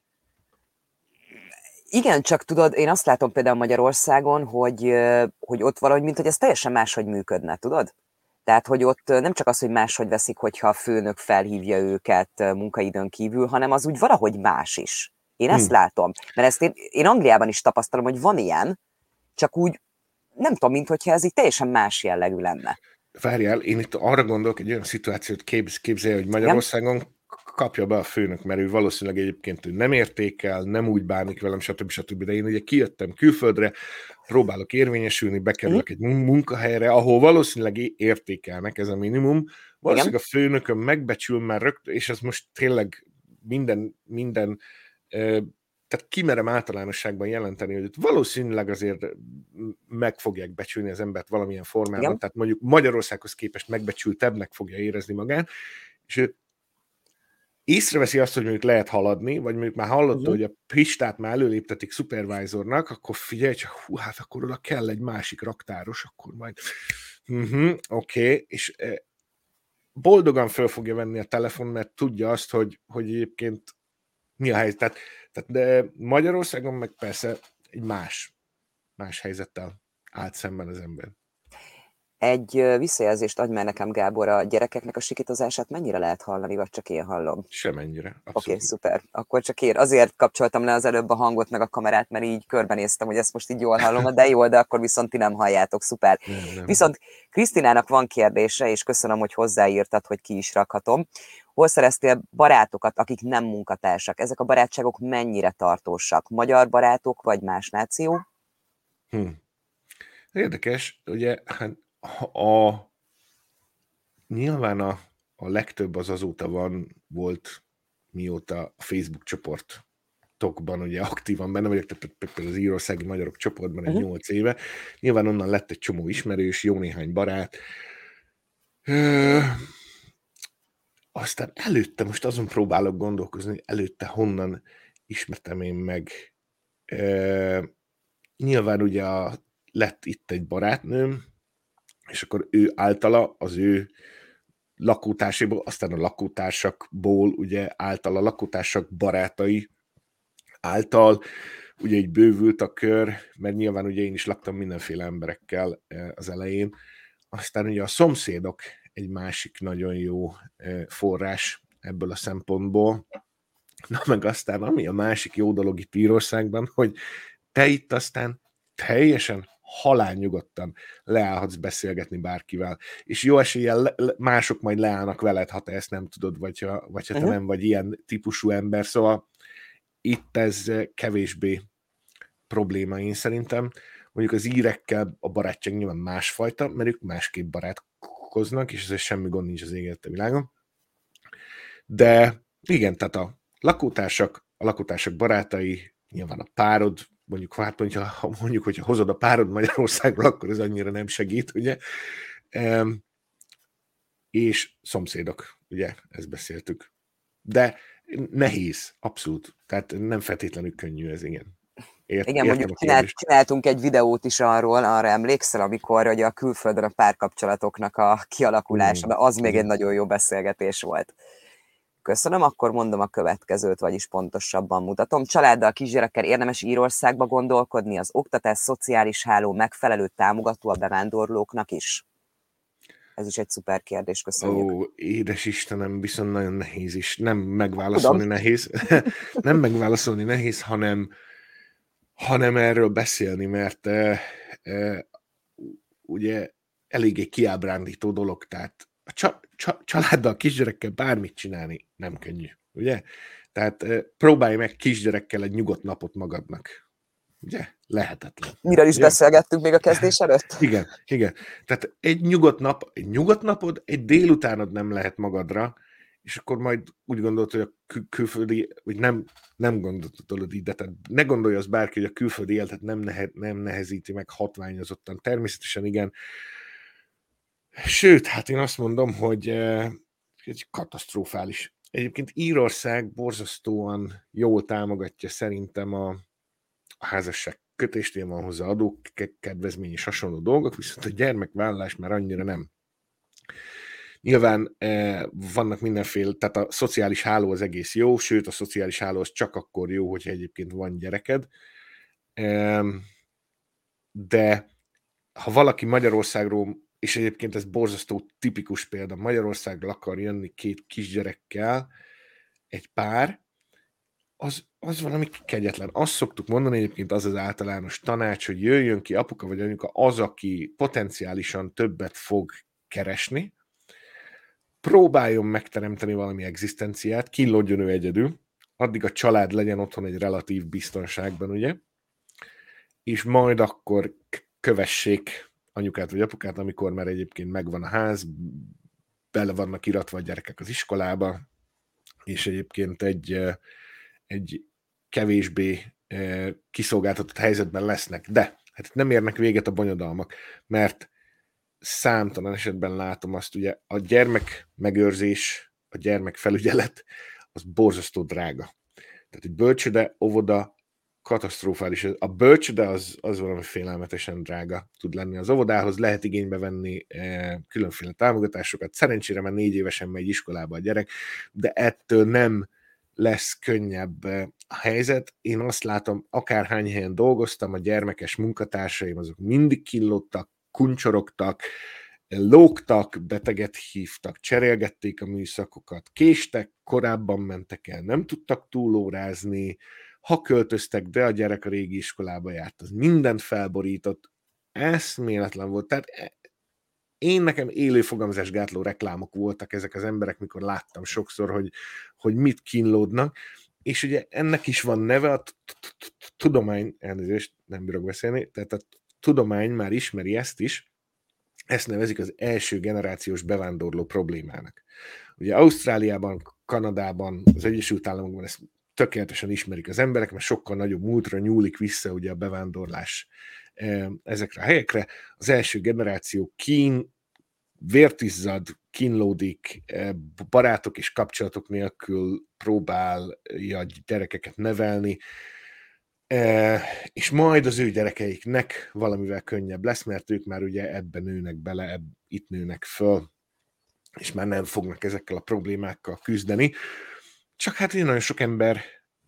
Igen, csak tudod, én azt látom például Magyarországon, hogy ott valahogy, mint hogy ez teljesen máshogy működne, tudod? Tehát, hogy ott nem csak az, hogy máshogy veszik, hogyha a főnök felhívja őket munkaidőn kívül, hanem az úgy valahogy más is. Én ezt látom. Mert ezt én Angliában is tapasztalom, hogy van ilyen, csak úgy nem tudom, mintha ez így teljesen más jellegű lenne. Várjál, én itt arra gondolok, egy olyan szituációt képzelje, hogy Magyarországon kapja be a főnök, mert ő valószínűleg egyébként ő nem értékel, nem úgy bánik velem, stb. De én ugye kijöttem külföldre, próbálok érvényesülni, bekerülök egy munkahelyre, ahol valószínűleg értékelnek, ez a minimum. Valószínűleg a főnököm megbecsül már rögtön, és ez most tényleg minden tehát kimerem általánosságban jelenteni, hogy valószínűleg azért meg fogják becsülni az embert valamilyen formában, igen. Tehát mondjuk Magyarországhoz képest megbecsültebbnek fogja érezni magát, és ő észreveszi azt, hogy mondjuk lehet haladni, vagy mondjuk már hallotta, hogy a Pistát már előléptetik supervisornak, akkor figyelj csak, hát akkor oda kell egy másik raktáros, akkor majd oké. És boldogan föl fogja venni a telefon, mert tudja azt, hogy egyébként mi a helyzet. Tehát de Magyarországon meg persze egy más helyzettel állt szemben az ember. Egy visszajelzést adj már nekem, Gábor, a gyerekeknek a sikítozását mennyire lehet hallani, vagy csak én hallom? Semennyire. Oké, szuper. Akkor csak én azért kapcsoltam le az előbb a hangot meg a kamerát, mert így körbenéztem, hogy ezt most így jól hallom, de jó, de akkor viszont ti nem halljátok, szuper. Nem. Viszont Krisztinának van kérdése, és köszönöm, hogy hozzáírtad, hogy ki is rakhatom. Hol szereztél barátokat, akik nem munkatársak? Ezek a barátságok mennyire tartósak? Magyar barátok, vagy más náció? Érdekes, ugye, hát nyilván a legtöbb az azóta volt, mióta a Facebook csoportokban ugye aktívan benne vagyok, tehát például az írországi magyarok csoportban egy 8 éve. Nyilván onnan lett egy csomó ismerős, jó néhány barát. Aztán előtte, most azon próbálok gondolkozni, előtte honnan ismertem én meg. Nyilván ugye lett itt egy barátnőm, és akkor ő általa, az ő lakótárséból, aztán a lakótársakból, ugye által a lakótársak barátai által, ugye így bővült a kör, mert nyilván ugye én is laktam mindenféle emberekkel az elején. Aztán ugye a szomszédok egy másik nagyon jó forrás ebből a szempontból. Na meg aztán, ami a másik jó dolog itt Írországban, hogy te itt aztán teljesen halálnyugodtan leállhatsz beszélgetni bárkivel, és jó eséllyel mások majd leállnak veled, ha te ezt nem tudod, vagy ha te nem vagy ilyen típusú ember, szóval itt ez kevésbé probléma, én szerintem. Mondjuk az írekkel a barátság nyilván másfajta, mert ők másképp barátkoznak, és ez semmi gond nincs az égett a világon. De igen, tehát a lakótársak barátai, nyilván a párod, mondjuk, hogyha hozod a párod Magyarországról, akkor ez annyira nem segít, ugye? És szomszédok, ugye, ezt beszéltük. De nehéz, abszolút. Tehát nem feltétlenül könnyű ez, igen. Igen, mondjuk csináltunk egy videót is arra emlékszel, amikor hogy a külföldön a párkapcsolatoknak a kialakulása, az még egy nagyon jó beszélgetés volt. Köszönöm, akkor mondom a következőt, vagyis pontosabban mutatom. Családdal, kisgyerekkel érdemes Írországba gondolkodni, az oktatás, szociális háló megfelelő támogató a bevándorlóknak is? Ez is egy szuper kérdés, köszönjük. Ó, édes Istenem, viszont nagyon nehéz is. Nem megválaszolni nehéz. Nem megválaszolni nehéz, hanem erről beszélni, mert ugye eléggé kiábrándító dolog, tehát a családdal, kisgyerekkel bármit csinálni nem könnyű, ugye? Tehát próbálj meg kisgyerekkel egy nyugodt napot magadnak. Ugye? Lehetetlen. Miről is beszélgettünk még a kezdés előtt? Igen. Tehát egy nyugodt napod, egy délutánod nem lehet magadra, és akkor majd úgy gondolod, hogy a külföldi, vagy nem gondolod így, de tehát ne gondolj az bárki, hogy a külföldi életet nem nehezíti meg hatványozottan. Természetesen igen. Sőt, hát én azt mondom, hogy egy katasztrofális. Egyébként Írország borzasztóan jól támogatja szerintem a házasság kötést, ilyen van hozzá adók, kedvezmény és hasonló dolgok, viszont a gyermekvállalás már annyira nem. Nyilván vannak mindenféle, tehát a szociális háló az egész jó, sőt a szociális háló az csak akkor jó, hogyha egyébként van gyereked. De ha valaki Magyarországról, és egyébként ez borzasztó tipikus példa, Magyarországról akar jönni 2 kisgyerekkel egy pár, az valami kegyetlen. Azt szoktuk mondani, egyébként az általános tanács, hogy jöjjön ki apuka vagy anyuka az, aki potenciálisan többet fog keresni, próbáljon megteremteni valami egzisztenciát, kínlódjon ő egyedül, addig a család legyen otthon egy relatív biztonságban, ugye, és majd akkor kövessék anyukát vagy apukát, amikor már egyébként megvan a ház, bele vannak iratva a gyerekek az iskolába, és egyébként egy kevésbé kiszolgáltatott helyzetben lesznek. De hát nem érnek véget a bonyodalmak, mert számtalan esetben látom azt, ugye a gyermekmegőrzés, a gyermekfelügyelet, az borzasztó drága. Tehát egy bölcsőde, óvoda katasztrofális. A bölcsőde az valami félelmetesen drága tud lenni. Az óvodához lehet igénybe venni különféle támogatásokat. Szerencsére már 4 évesen megy iskolába a gyerek, de ettől nem lesz könnyebb a helyzet. Én azt látom, akárhány helyen dolgoztam, a gyermekes munkatársaim azok mindig kínlódtak, kuncsorogtak, lógtak, beteget hívtak, cserélgették a műszakokat, késtek, korábban mentek el, nem tudtak túlórázni, ha költöztek, de a gyerek a régi iskolába járt, az mindent felborított, eszméletlen volt. Tehát nekem élő fogamzásgátló reklámok voltak ezek az emberek, mikor láttam sokszor, hogy mit kínlódnak, és ugye ennek is van neve, a tudomány, elnézést, nem bírok beszélni, tehát a tudomány már ismeri ezt is, ezt nevezik az első generációs bevándorló problémának. Ugye Ausztráliában, Kanadában, az Egyesült Államokban ezt tökéletesen ismerik az emberek, mert sokkal nagyobb múltra nyúlik vissza ugye a bevándorlás ezekre a helyekre. Az első generáció vértizzad, kínlódik, barátok és kapcsolatok nélkül próbálja gyerekeket nevelni, és majd az ő gyerekeiknek valamivel könnyebb lesz, mert ők már ugye ebben nőnek bele, itt nőnek föl, és már nem fognak ezekkel a problémákkal küzdeni. Csak hát nagyon sok ember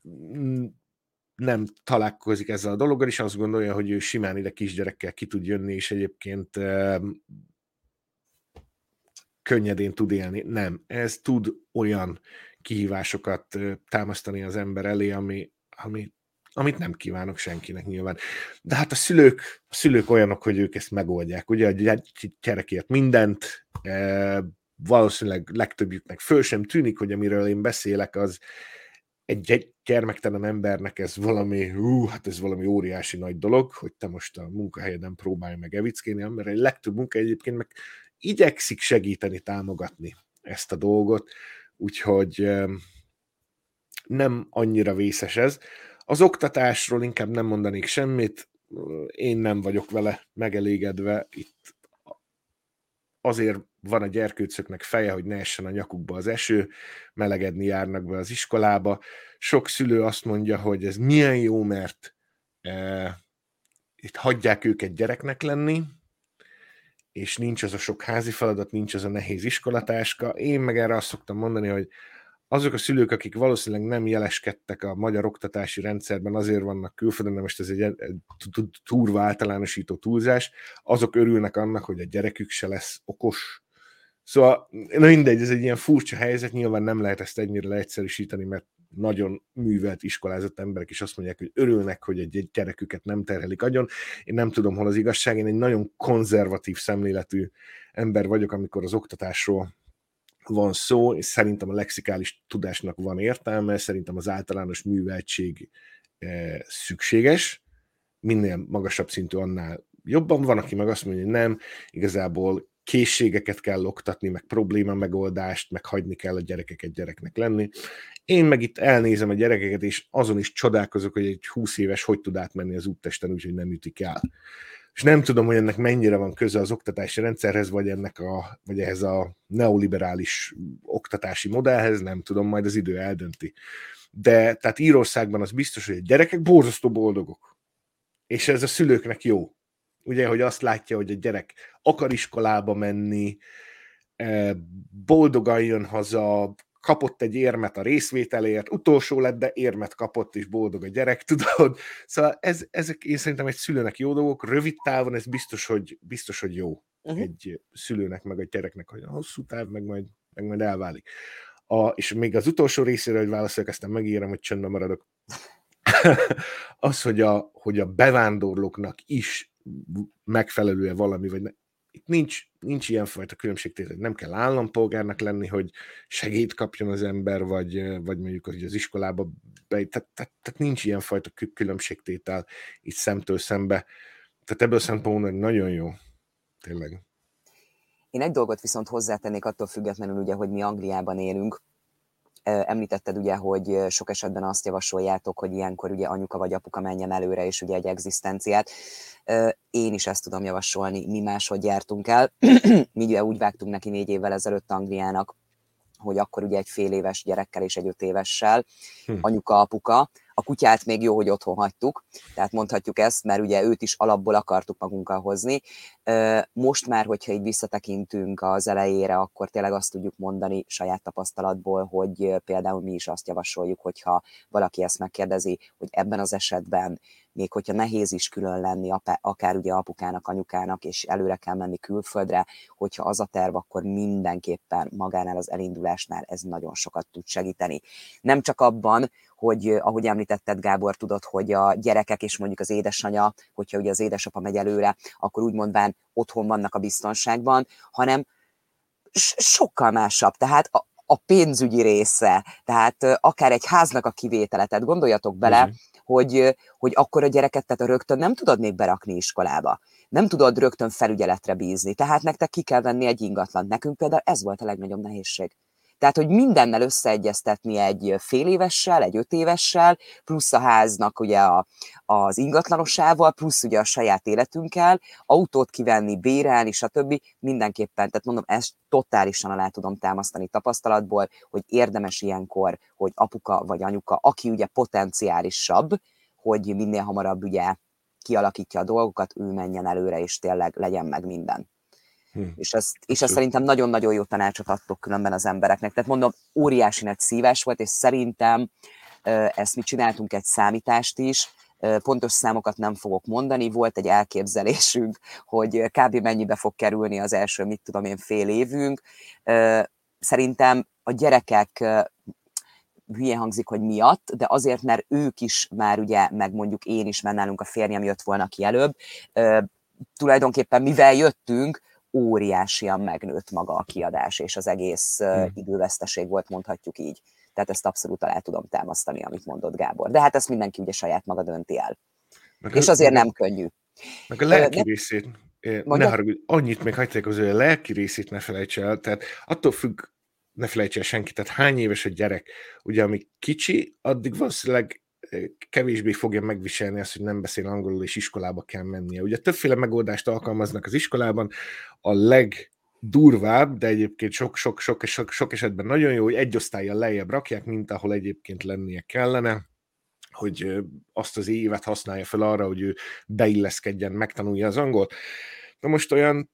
nem találkozik ezzel a dologgal, és azt gondolja, hogy ő simán ide kisgyerekkel ki tud jönni, és egyébként könnyedén tud élni. Nem, ez tud olyan kihívásokat támasztani az ember elé, amit nem kívánok senkinek nyilván. De hát a szülők olyanok, hogy ők ezt megoldják. Ugye a gyerekért mindent, valószínűleg legtöbbjüknek föl sem tűnik, hogy amiről én beszélek, az egy gyermektelen embernek ez valami óriási nagy dolog, hogy te most a munkahelyeden próbálj meg evickélni, mert egy legtöbb munka egyébként meg igyekszik segíteni, támogatni ezt a dolgot, úgyhogy nem annyira vészes ez. Az oktatásról inkább nem mondanék semmit, én nem vagyok vele megelégedve, itt azért van a gyerkőcöknek feje, hogy ne essen a nyakukba az eső, melegedni járnak be az iskolába. Sok szülő azt mondja, hogy ez milyen jó, mert itt hagyják őket gyereknek lenni, és nincs az a sok házi feladat, nincs az a nehéz iskolatáska. Én meg erre azt szoktam mondani, hogy azok a szülők, akik valószínűleg nem jeleskedtek a magyar oktatási rendszerben, azért vannak külföldön, de most ez egy turva általánosító túlzás, azok örülnek annak, hogy a gyerekük se lesz okos. Szóval, na mindegy, ez egy ilyen furcsa helyzet, nyilván nem lehet ezt ennyire leegyszerűsíteni, mert nagyon művelt, iskolázott emberek is azt mondják, hogy örülnek, hogy egy gyereküket nem terhelik agyon. Én nem tudom, hol az igazság, én egy nagyon konzervatív szemléletű ember vagyok, amikor az oktatásról van szó, és szerintem a lexikális tudásnak van értelme, szerintem az általános műveltség szükséges, minél magasabb szintű, annál jobban. Van, aki meg azt mondja, hogy nem, igazából készségeket kell oktatni, meg probléma megoldást, meg hagyni kell a gyerekeket gyereknek lenni. Én meg itt elnézem a gyerekeket, és azon is csodálkozok, hogy egy 20 éves hogy tud átmenni az úttesten, úgyhogy nem ütik el. És nem tudom, hogy ennek mennyire van köze az oktatási rendszerhez, vagy ehhez a neoliberális oktatási modellhez, nem tudom, majd az idő eldönti. De tehát Írországban az biztos, hogy a gyerekek borzasztó boldogok. És ez a szülőknek jó. Ugye, hogy azt látja, hogy a gyerek akar iskolába menni, boldogan jön haza, kapott egy érmet a részvételért, utolsó lett, de érmet kapott, és boldog a gyerek, tudod? Szóval ezek én szerintem egy szülőnek jó dolgok, rövid távon ez biztos, hogy jó egy szülőnek, meg a gyereknek, hogy a hosszú táv, meg majd elválik. És még az utolsó részére, hogy válaszoljak, aztán megírom, hogy csöndben maradok. Az, hogy a bevándorlóknak is megfelelő-e valami, vagy ne. Itt nincs ilyenfajta különbségtétel, nem kell állampolgárnak lenni, hogy segélyt kapjon az ember, vagy mondjuk hogy az iskolába tehát nincs ilyenfajta különbségtétel itt szemtől szembe. Tehát ebből a szempontból nagyon jó. Tényleg. Én egy dolgot viszont hozzátennék attól függetlenül, ugye, hogy mi Angliában élünk. Említetted ugye, hogy sok esetben azt javasoljátok, hogy ilyenkor ugye anyuka vagy apuka menjen előre, és ugye egy egzisztenciát. Én is ezt tudom javasolni, mi máshogy jártunk el. Mi ugye úgy vágtunk neki 4 évvel ezelőtt Angliának, hogy akkor ugye egy fél éves gyerekkel és egy 5 évessel, anyuka, apuka. A kutyát még jó, hogy otthon hagytuk, tehát mondhatjuk ezt, mert ugye őt is alapból akartuk magunkkal hozni. Most már, hogyha így visszatekintünk az elejére, akkor tényleg azt tudjuk mondani saját tapasztalatból, hogy például mi is azt javasoljuk, hogyha valaki ezt megkérdezi, hogy ebben az esetben, még hogyha nehéz is külön lenni, akár ugye apukának, anyukának, és előre kell menni külföldre, hogyha az a terv, akkor mindenképpen magánál az elindulásnál ez nagyon sokat tud segíteni. Nem csak abban, hogy ahogy említetted, Gábor, tudod, hogy a gyerekek és mondjuk az édesanya, hogyha ugye az édesapa megy előre, akkor úgy mondván otthon vannak a biztonságban, hanem sokkal másabb. Tehát a pénzügyi része, tehát akár egy háznak a kivétele, tehát gondoljatok bele, hogy akkor a gyereket tehát rögtön nem tudod még berakni iskolába. Nem tudod rögtön felügyeletre bízni, tehát nektek ki kell venni egy ingatlant. Nekünk például ez volt a legnagyobb nehézség. Tehát, hogy mindennel összeegyeztetni egy fél évessel, egy 5 évessel, plusz a háznak ugye az ingatlanosával, plusz ugye a saját életünkkel, autót kivenni, bérelni, stb. Mindenképpen, tehát mondom, ezt totálisan alá tudom támasztani tapasztalatból, hogy érdemes ilyenkor, hogy apuka vagy anyuka, aki ugye potenciálisabb, hogy minél hamarabb ugye kialakítja a dolgokat, ő menjen előre, és tényleg legyen meg minden. És ezt szerintem nagyon-nagyon jó tanácsot adtok különben az embereknek. Tehát mondom, óriási nagy szívás volt, és szerintem ezt mi csináltunk egy számítást is, pontos számokat nem fogok mondani, volt egy elképzelésünk, hogy kb. Mennyibe fog kerülni az első, fél évünk. Szerintem a gyerekek hülyén hangzik, hogy miatt, de azért, mert ők is már ugye, meg mondjuk én is, mert nálunk a férjem jött volna ki előbb, tulajdonképpen mivel jöttünk, óriásian megnőtt maga a kiadás, és az egész időveszteség volt, mondhatjuk így. Tehát ezt abszolút alá tudom támasztani, amit mondott Gábor. De hát ezt mindenki ugye saját maga dönti el. És azért nem könnyű. Meg a lelki részét, ne haragudj, annyit még hagyták az, hogy a lelki részét ne felejts el, tehát attól függ, ne felejts el senki, tehát hány éves a gyerek, ugye amíg kicsi, addig valószínűleg kevésbé fogja megviselni azt, hogy nem beszél angolul, és iskolába kell mennie. Ugye többféle megoldást alkalmaznak az iskolában, a legdurvább, de egyébként sok esetben nagyon jó, hogy egy osztállyal lejjebb rakják, mint ahol egyébként lennie kellene, hogy azt az évet használja fel arra, hogy ő beilleszkedjen, megtanulja az angolt. Na most olyan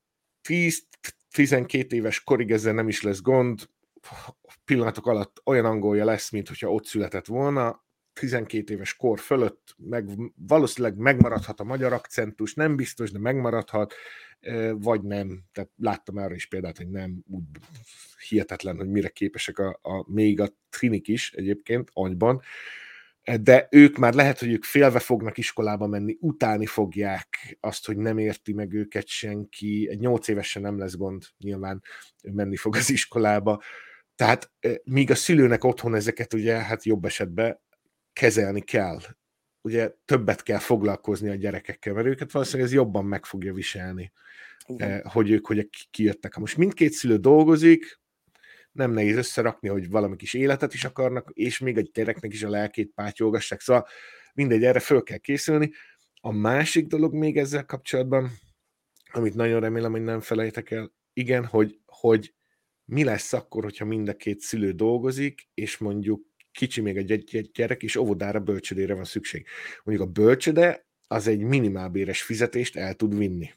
10-12 éves korig ezzel nem is lesz gond, pillanatok alatt olyan angolja lesz, mint hogyha ott született volna, 12 éves kor fölött valószínűleg megmaradhat a magyar akcentus, nem biztos, de megmaradhat, vagy nem. Tehát láttam arra is példát, hogy nem, úgy hihetetlen, hogy mire képesek még a trinik is egyébként anyban, de ők már lehet, hogy ők félve fognak iskolába menni, utáni fogják azt, hogy nem érti meg őket senki, egy 8 évesen nem lesz gond, nyilván ő menni fog az iskolába. Tehát míg a szülőnek otthon ezeket ugye, hát jobb esetben kezelni kell. Ugye többet kell foglalkozni a gyerekekkel, mert őket valószínűleg ez jobban meg fogja viselni, hogy ők hogy kijöttek. Ha most mindkét szülő dolgozik, nem nehéz összerakni, hogy valami kis életet is akarnak, és még egy gyereknek is a lelkét pátyolgassák. Szóval mindegy, erre föl kell készülni. A másik dolog még ezzel kapcsolatban, amit nagyon remélem, hogy nem felejtek el, igen, hogy mi lesz akkor, hogyha mind a két szülő dolgozik, és mondjuk kicsi még egy gyerek, és óvodára, bölcsödére van szükség. Mondjuk a bölcsöde az egy minimálbéres fizetést el tud vinni.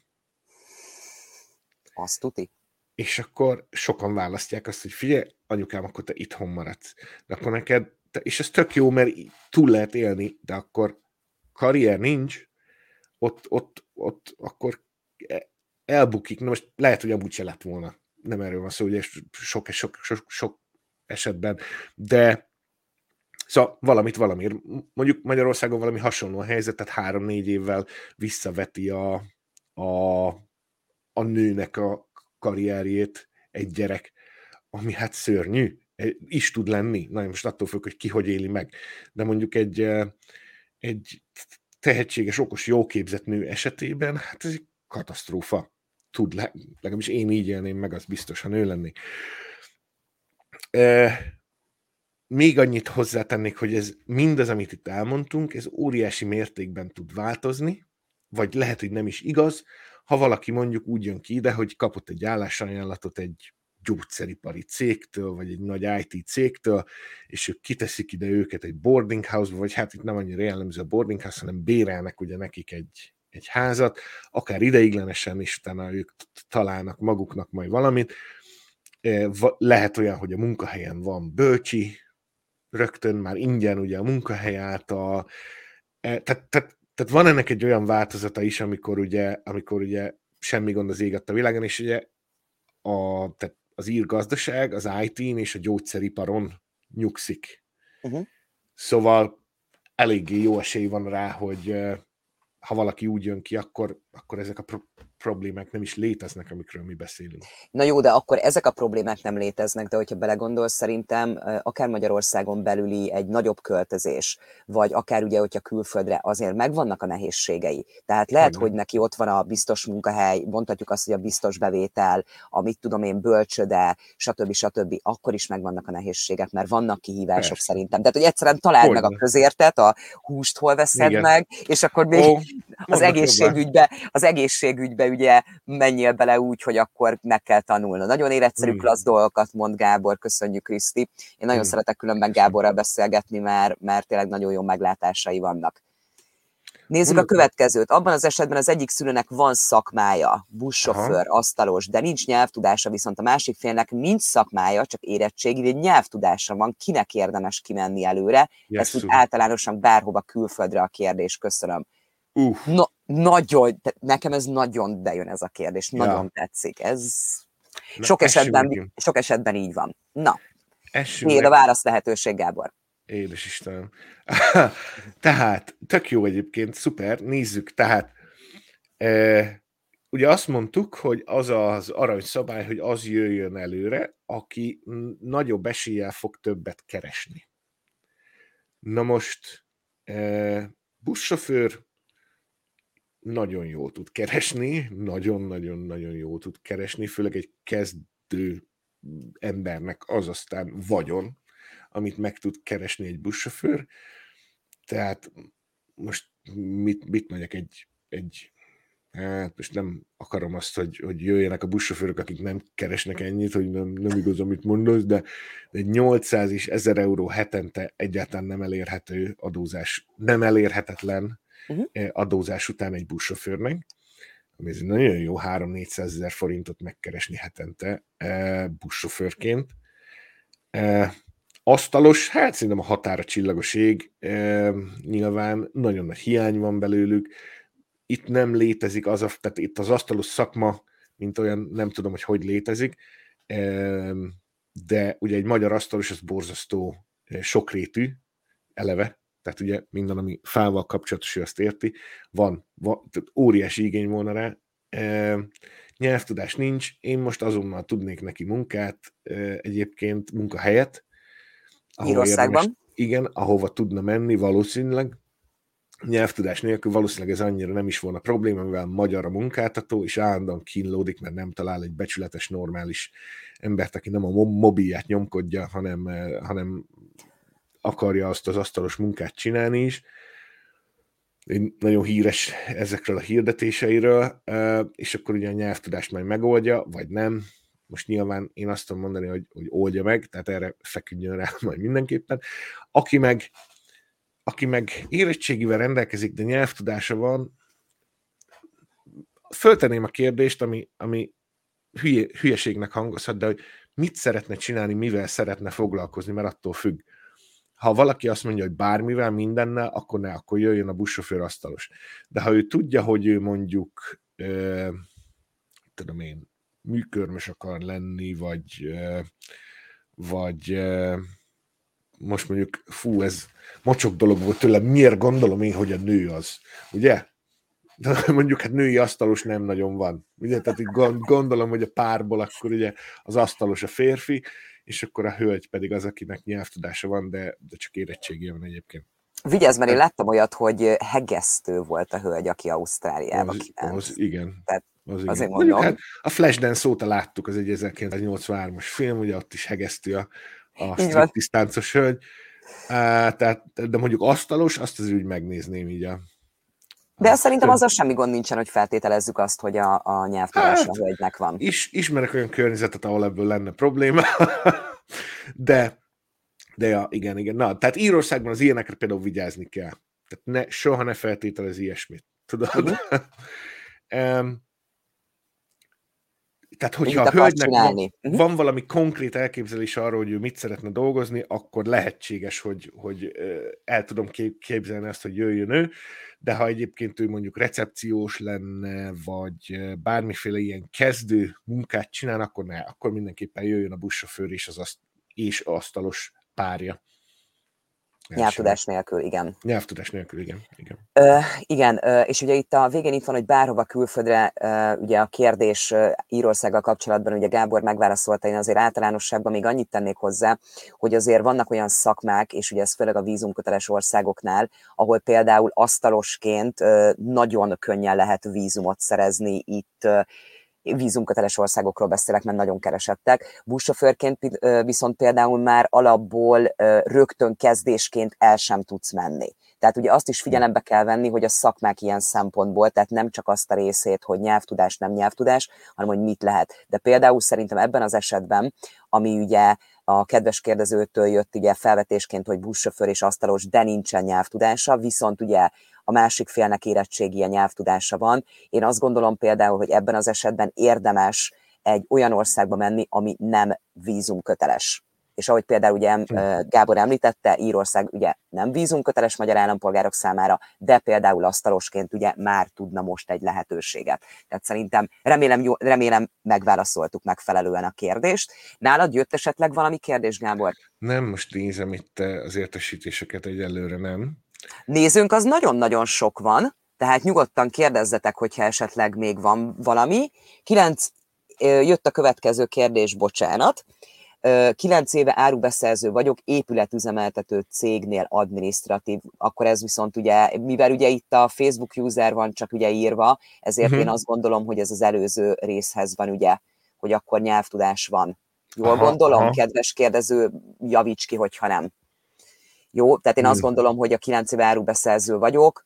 Azt tuti. És akkor sokan választják azt, hogy figyelj, anyukám, akkor te itthon maradsz. De akkor neked, és ez tök jó, mert túl lehet élni, de akkor karrier nincs, ott akkor elbukik. Na most lehet, hogy amúgy se lett volna. Nem erről van szó, ugye sok esetben, de szóval valamiért. Mondjuk Magyarországon valami hasonló a helyzet, tehát 3-4 évvel visszaveti a nőnek a karrierjét egy gyerek, ami hát szörnyű, is tud lenni. Na most attól függ, hogy ki hogy éli meg. De mondjuk egy tehetséges, okos, jóképzett nő esetében, hát ez egy katasztrófa. Legalábbis én így élném meg, az biztos, ha nő lennék. Még annyit hozzátennék, hogy ez mindaz, amit itt elmondtunk, ez óriási mértékben tud változni, vagy lehet, hogy nem is igaz, ha valaki mondjuk úgy jön ki ide, hogy kapott egy állásajánlatot egy gyógyszeripari cégtől, vagy egy nagy IT cégtől, és ők kiteszik ide őket egy boarding house-ba, vagy hát itt nem annyira jellemző a boarding house, hanem bérelnek ugye nekik egy házat, akár ideiglenesen, és utána ők találnak maguknak majd valamit. Lehet olyan, hogy a munkahelyen van bölcsi, rögtön már ingyen ugye a munkahely által, tehát van ennek egy olyan változata is, amikor ugye semmi gond az ég adta a világon, és ugye tehát az ír gazdaság az IT-n és a gyógyszeriparon nyugszik. Szóval eléggé jó esély van rá, hogy ha valaki úgy jön ki, akkor ezek a problémák nem is léteznek, amikről mi beszélünk. Na jó, de akkor ezek a problémák nem léteznek, de hogyha belegondolsz, szerintem akár Magyarországon belüli egy nagyobb költözés, vagy akár ugye, hogyha külföldre, azért megvannak a nehézségei. Tehát lehet, hogy neki ott van a biztos munkahely, mondhatjuk azt, hogy a biztos bevétel, amit tudom én, bölcsöde, stb. Akkor is megvannak a nehézségek, mert vannak kihívások szerintem. Tehát, hogy egyszerűen találd meg a közértet, a húst hol veszed meg, és akkor még az egészségügybe ugye menjél bele úgy, hogy akkor meg kell tanulni. Nagyon életszerű klassz dolgokat mond Gábor, köszönjük, Kriszti. Én nagyon szeretek különben Gáborral beszélgetni, mert tényleg nagyon jó meglátásai vannak. Nézzük a következőt. Abban az esetben az egyik szülőnek van szakmája, buszsofőr, asztalos, de nincs nyelvtudása, viszont a másik félnek nincs szakmája, csak érettségi, de nyelvtudása van, kinek érdemes kimenni előre. Ez úgy általánosan bárhova külföldre a kérdés. Köszönöm. Nagyon, nekem ez nagyon bejön ez a kérdés, nagyon tetszik. Ez sok esetben így van. Na, miért a válasz lehetőség, Gábor? Édes Istenem. Tehát, tök jó egyébként, szuper, nézzük. Tehát, ugye azt mondtuk, hogy az az aranyszabály, hogy az jöjjön előre, aki nagyobb eséllyel fog többet keresni. Na most, buszsofőr nagyon jól tud keresni, nagyon-nagyon-nagyon jól tud keresni, főleg egy kezdő embernek az aztán vagyon, amit meg tud keresni egy buszsofőr. Tehát most mit mondjak, hát most nem akarom azt, hogy jöjjenek a buszsofőrök, akik nem keresnek ennyit, hogy nem igaz, amit mondasz, de egy 800 és 1000 euró hetente egyáltalán nem elérhető adózás, nem elérhetetlen adózás után egy buszsofőrnek, ami ez nagyon jó 3-400 ezer forintot megkeresni hetente buszsofőrként. Asztalos, hát szerintem a határa csillagos ég, nyilván nagyon nagy hiány van belőlük. Itt nem létezik tehát itt az asztalos szakma, mint olyan, nem tudom, hogy létezik, de ugye egy magyar asztalos az borzasztó sokrétű, eleve, tehát ugye minden, ami fával kapcsolatos, ő azt érti, van óriási igény volna rá, nyelvtudás nincs, én most azonnal tudnék neki munkát, egyébként munkahelyet, Írországban? Igen, ahova tudna menni valószínűleg. Nyelvtudás nélkül valószínűleg ez annyira nem is volna probléma, mivel magyar a munkáltató, és állandóan kínlódik, mert nem talál egy becsületes, normális embert, aki nem a mobilját nyomkodja, hanem akarja azt az asztalos munkát csinálni is. Nagyon híres ezekről a hirdetéseiről, és akkor ugye a nyelvtudást majd megoldja, vagy nem. Most nyilván én azt tudom mondani, hogy oldja meg, tehát erre feküdjön rá majd mindenképpen. Aki meg érettségivel rendelkezik, de nyelvtudása van, föltenném a kérdést, ami hülyeségnek hangozhat, de hogy mit szeretne csinálni, mivel szeretne foglalkozni, mert attól függ. Ha valaki azt mondja, hogy bármivel, mindennel, akkor jöjjön a buszsofőr asztalos. De ha ő tudja, hogy ő mondjuk tudom én, műkörmös akar lenni, vagy most mondjuk, ez mocsok dolog volt tőlem, miért gondolom én, hogy a nő az, ugye? De mondjuk hát női asztalos nem nagyon van. Ugye? Tehát így gondolom, hogy a párból akkor ugye az asztalos a férfi, és akkor a hölgy pedig az, akinek nyelvtudása van, de csak érettségi van egyébként. Vigyázz, mert én láttam olyat, hogy hegesztő volt a hölgy, aki Ausztráliába kiment. Az igen. Tehát az azért igen. mondom. Hát a Flashdance óta láttuk, az egy 1983-as film, ugye ott is hegesztő a striptease táncos hölgy. De mondjuk asztalos, azt az úgy megnézném így De szerintem azzal semmi gond nincsen, hogy feltételezzük azt, hogy a nyelvtudása a hölgynek van. Ismerek olyan környezetet, ahol ebből lenne probléma, de ja, igen. Na, tehát Írországban az ilyenekre például vigyázni kell. Tehát soha ne feltételez ilyesmit. Tudod? Tehát, hogyha a hölgynek van valami konkrét elképzelés arról, hogy ő mit szeretne dolgozni, akkor lehetséges, hogy el tudom képzelni azt, hogy jöjjön ő, de ha egyébként ő mondjuk recepciós lenne, vagy bármiféle ilyen kezdő munkát csinál, akkor mindenképpen jöjjön a buszsofőr és asztalos párja. Nyelvtudás nélkül, igen. Nyelvtudás nélkül, igen. Igen, és ugye itt a végén itt van, hogy bárhova külföldre, ugye a kérdés Írországgal kapcsolatban, ugye Gábor megválaszolta, én azért általánosságban még annyit tennék hozzá, hogy azért vannak olyan szakmák, és ugye ez főleg a vízumköteles országoknál, ahol például asztalosként nagyon könnyen lehet vízumot szerezni itt, vízumköteles országokról beszélek, mert nagyon keresettek. Buszsofőrként viszont például már alapból rögtön kezdésként el sem tudsz menni. Tehát ugye azt is figyelembe kell venni, hogy a szakmák ilyen szempontból, tehát nem csak azt a részét, hogy nyelvtudás, nem nyelvtudás, hanem hogy mit lehet. De például szerintem ebben az esetben, ami ugye a kedves kérdezőtől jött ugye felvetésként, hogy buszsofőr és asztalos, de nincsen nyelvtudása, viszont ugye a másik félnek érettségi nyelvtudása van. Én azt gondolom például, hogy ebben az esetben érdemes egy olyan országba menni, ami nem vízumköteles. és ahogy például ugye Gábor említette, Írország ugye nem vízumköteles magyar állampolgárok számára, de például asztalosként ugye már tudna most egy lehetőséget. Tehát szerintem remélem megválaszoltuk megfelelően a kérdést. Nálad jött esetleg valami kérdés, Gábor? Nem, most nézem itt az értesítéseket, egyelőre nem. Nézőnk az nagyon-nagyon sok van, tehát nyugodtan kérdezzetek, hogyha esetleg még van valami. Jött a következő kérdés, bocsánat. 9 éve árubeszerző vagyok, épületüzemeltető cégnél adminisztratív, akkor ez viszont ugye, mivel ugye itt a Facebook user van csak ugye írva, ezért én azt gondolom, hogy ez az előző részhez van ugye, hogy akkor nyelvtudás van. Jól gondolom, kedves kérdező, javíts ki, hogyha nem. Jó, tehát én azt gondolom, hogy a 9 éve árubeszerző vagyok.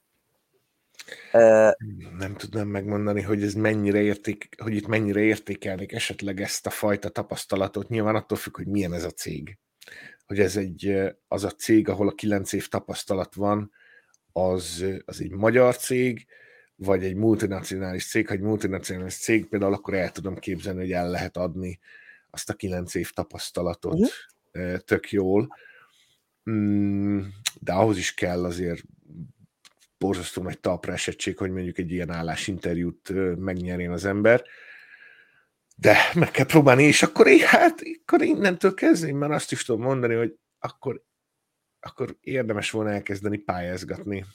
Nem tudnám megmondani, hogy ez hogy itt mennyire értékelnék esetleg ezt a fajta tapasztalatot. Nyilván attól függ, hogy milyen ez a cég. Hogy ez az a cég, ahol a 9 év tapasztalat van, az egy magyar cég, vagy egy multinacionális cég. Ha egy multinacionális cég, például akkor el tudom képzelni, hogy el lehet adni azt a 9 év tapasztalatot tök jól. De ahhoz is kell azért borzasztó nagy talpra esettség, hogy mondjuk egy ilyen állásinterjút megnyerjen az ember. De meg kell próbálni, és akkor innentől kezdve, mert azt is tudom mondani, hogy akkor érdemes volna elkezdeni pályázgatni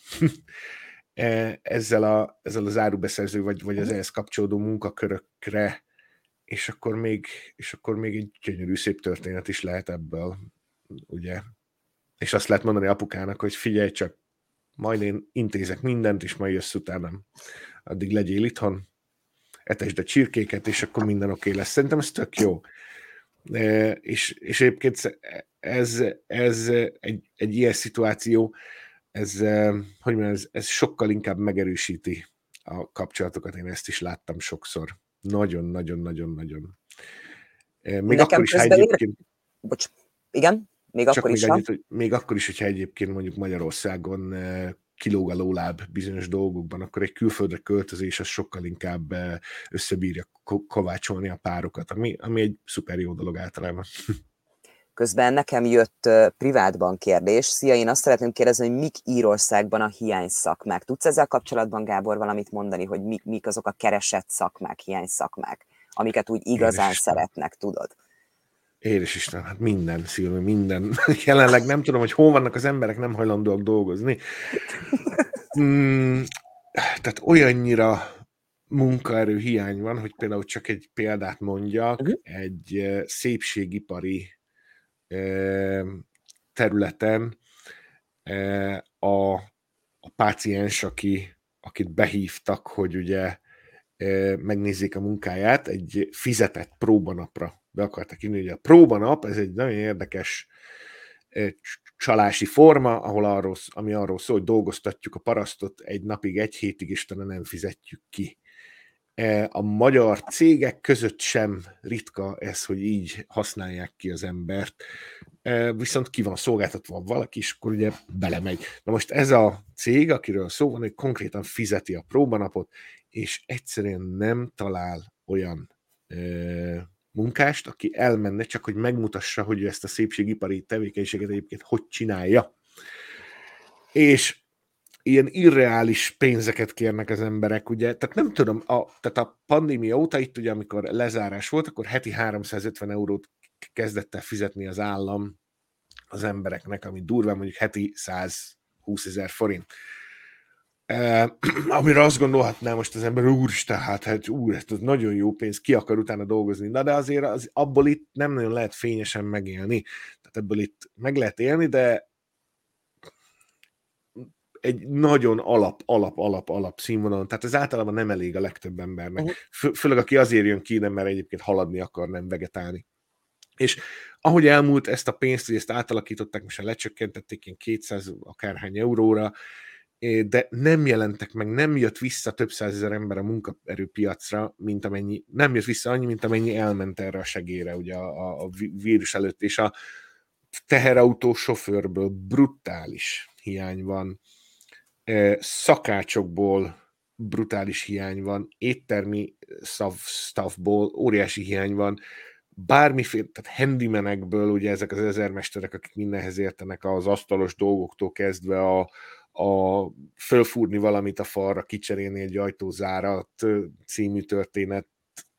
ezzel az árubeszerző, vagy az ehhez kapcsolódó munkakörökre, és akkor még egy gyönyörű szép történet is lehet ebből, ugye? És azt lehet mondani apukának, hogy figyelj csak, majd én intézek mindent, és majd jössz utánam. Addig legyél itthon, etesd a csirkéket, és akkor minden oké lesz. Szerintem ez tök jó. És egyébként ez egy ilyen szituáció, ez sokkal inkább megerősíti a kapcsolatokat. Én ezt is láttam sokszor. Nagyon. Még akkor is, ha egyébként... Igen? Még akkor is van? Még akkor is, hogyha egyébként mondjuk Magyarországon kilóg a lóláb bizonyos dolgokban, akkor egy külföldre költözés az sokkal inkább összebírja kovácsolni a párokat, ami egy szuper jó dolog általában. Közben nekem jött privátban kérdés. Szia, én azt szeretném kérdezni, hogy mik Írországban a hiányszakmák. Tudsz ezzel kapcsolatban, Gábor, valamit mondani, hogy mik azok a keresett szakmák, hiányszakmák, amiket úgy igazán szeretnek, tudod? Édes Isten, hát minden, Szilvi, minden. Jelenleg nem tudom, hogy hol vannak az emberek, nem hajlandóak dolgozni. Tehát olyannyira munkaerő hiány van, hogy például csak egy példát mondjak, egy szépségipari területen a páciens, akit behívtak, hogy ugye megnézzék a munkáját, egy fizetett próbanapra be akartak írni, hogy a próbanap, ez egy nagyon érdekes csalási forma, ami arról szól, hogy dolgoztatjuk a parasztot egy napig, egy hétig, és utána nem fizetjük ki. A magyar cégek között sem ritka ez, hogy így használják ki az embert, viszont ki van szolgáltatva valaki, és akkor ugye belemegy. Na most ez a cég, akiről szó van, hogy konkrétan fizeti a próbanapot, és egyszerűen nem talál olyan munkást, aki elmenne, csak hogy megmutassa, hogy ezt a szépségipari tevékenységet egyébként hogy csinálja. És ilyen irreális pénzeket kérnek az emberek, ugye, tehát nem tudom, tehát a pandémia óta itt ugye, amikor lezárás volt, akkor heti 350 eurót kezdett el fizetni az állam az embereknek, ami durván mondjuk heti 120 000 forint. Amire azt gondolhatná most az ember, úristen, hát ez nagyon jó pénz, ki akar utána dolgozni. Na de azért abból itt nem nagyon lehet fényesen megélni. Tehát ebből itt meg lehet élni, de egy nagyon alap színvonalon, tehát ez általában nem elég a legtöbb embernek. Főleg aki azért jön ki, nem, mert egyébként haladni akar, nem vegetálni. És ahogy elmúlt ezt a pénzt, hogy ezt átalakították, most lecsökkentették ilyen 200 akárhány euróra, de nem jelentek meg, nem jött vissza több százezer ember a munkaerőpiacra, nem jött vissza annyi, mint amennyi elment erre a segélyre ugye a vírus előtt, és a teherautó sofőrből brutális hiány van, szakácsokból brutális hiány van, éttermi staffból óriási hiány van, bármiféle, tehát handymanekből, ugye ezek az ezermesterek, akik mindenhez értenek, az asztalos dolgoktól kezdve a fölfúrni valamit a falra, kicserélni egy ajtózárat című történettől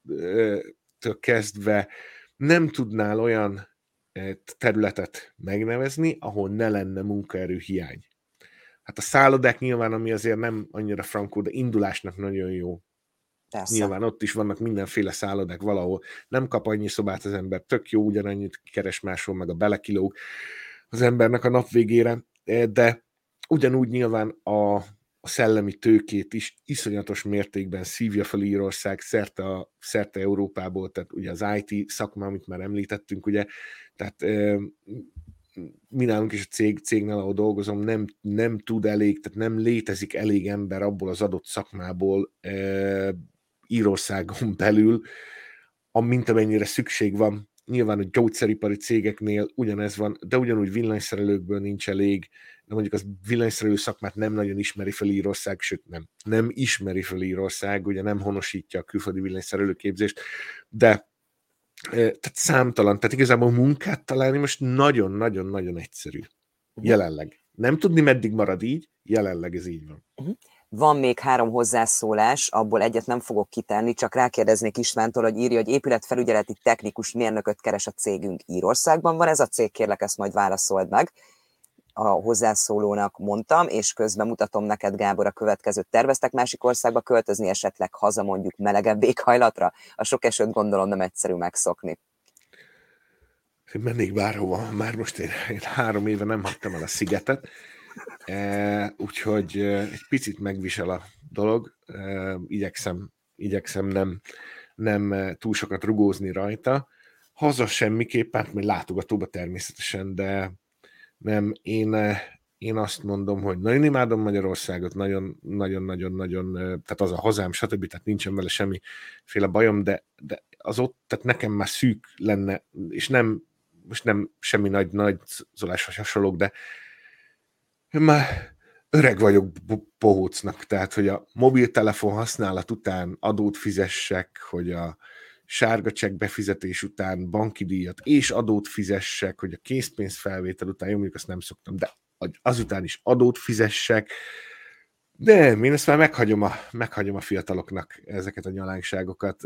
kezdve nem tudnál olyan területet megnevezni, ahol ne lenne munkaerő hiány. Hát a szállodák nyilván, ami azért nem annyira frankó, de indulásnak nagyon jó. Persze. Nyilván ott is vannak mindenféle szállodák valahol. Nem kap annyi szobát az ember, tök jó, ugyanannyit keres máshol, meg a belekilóg az embernek a nap végére, de ugyanúgy nyilván a szellemi tőkét is iszonyatos mértékben szívja fel Írország szerte Európából, tehát ugye az IT szakma, amit már említettünk, ugye, tehát mi nálunk is a cégnél, ahol dolgozom, nem tud elég, tehát nem létezik elég ember abból az adott szakmából Írországon belül, mint amennyire szükség van. Nyilván a gyógyszeripari cégeknél ugyanez van, de ugyanúgy villanyszerelőkből nincs elég, de mondjuk az villanyszerelő szakmát nem nagyon ismeri fel Írország, sőt nem ismeri fel Írország, ugye nem honosítja a külföldi villanyszerelő képzést, de tehát számtalan, tehát igazából munkát találni most nagyon-nagyon-nagyon egyszerű. Jelenleg. Nem tudni, meddig marad így, jelenleg ez így van. Van még 3 hozzászólás, abból egyet nem fogok kitenni, csak rákérdeznék Istvántól, hogy írja, hogy épületfelügyeleti technikus mérnököt keres a cégünk Írországban. Van ez a cég, kérlek, ezt majd válaszold meg. A hozzászólónak mondtam, és közben mutatom neked, Gábor, a következőt. Terveztek másik országba költözni, esetleg haza mondjuk melegebb éghajlatra? A sok esőt gondolom nem egyszerű megszokni. Én mennék bárhova, már most én 3 éve nem hagytam el a szigetet, úgyhogy egy picit megvisel a dolog, igyekszem nem túl sokat rugózni rajta. Haza semmiképpen, hát majd látogatóba természetesen, de nem, én azt mondom, hogy nagyon imádom Magyarországot, nagyon-nagyon-nagyon, tehát az a hazám, stb., tehát nincsen vele semmiféle bajom, de az ott, tehát nekem már szűk lenne, és most nem semmi nagy zolás vagy hasonlók, de már öreg vagyok bohócnak, tehát, hogy a mobiltelefon használat után adót fizessek, hogy a sárga csekk befizetés után banki díjat és adót fizessek, hogy a készpénzfelvétel után, jó, mondjuk azt nem szoktam, de azután is adót fizessek, de én ezt már meghagyom a fiataloknak ezeket a nyalánkságokat.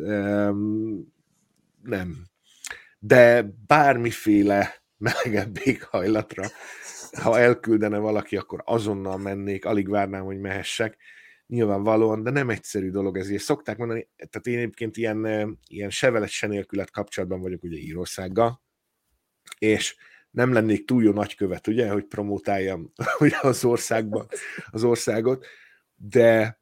Nem. De bármiféle melegebb éghajlatra, ha elküldene valaki, akkor azonnal mennék, alig várnám, hogy mehessek. Nyilvánvalóan, de nem egyszerű dolog ezért. Szokták mondani, tehát én egyébként ilyen sevelet se nélkület kapcsolatban vagyok ugye Írországgal, és nem lennék túl jó nagykövet, ugye, hogy promotáljam ugye az országot, de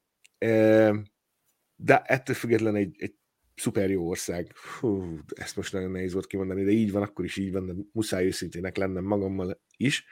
ettől függetlenül egy szuper jó ország. Hú, ezt most nagyon nehéz volt kimondani, de így van, akkor is így van, de muszáj őszintének lennem magammal is.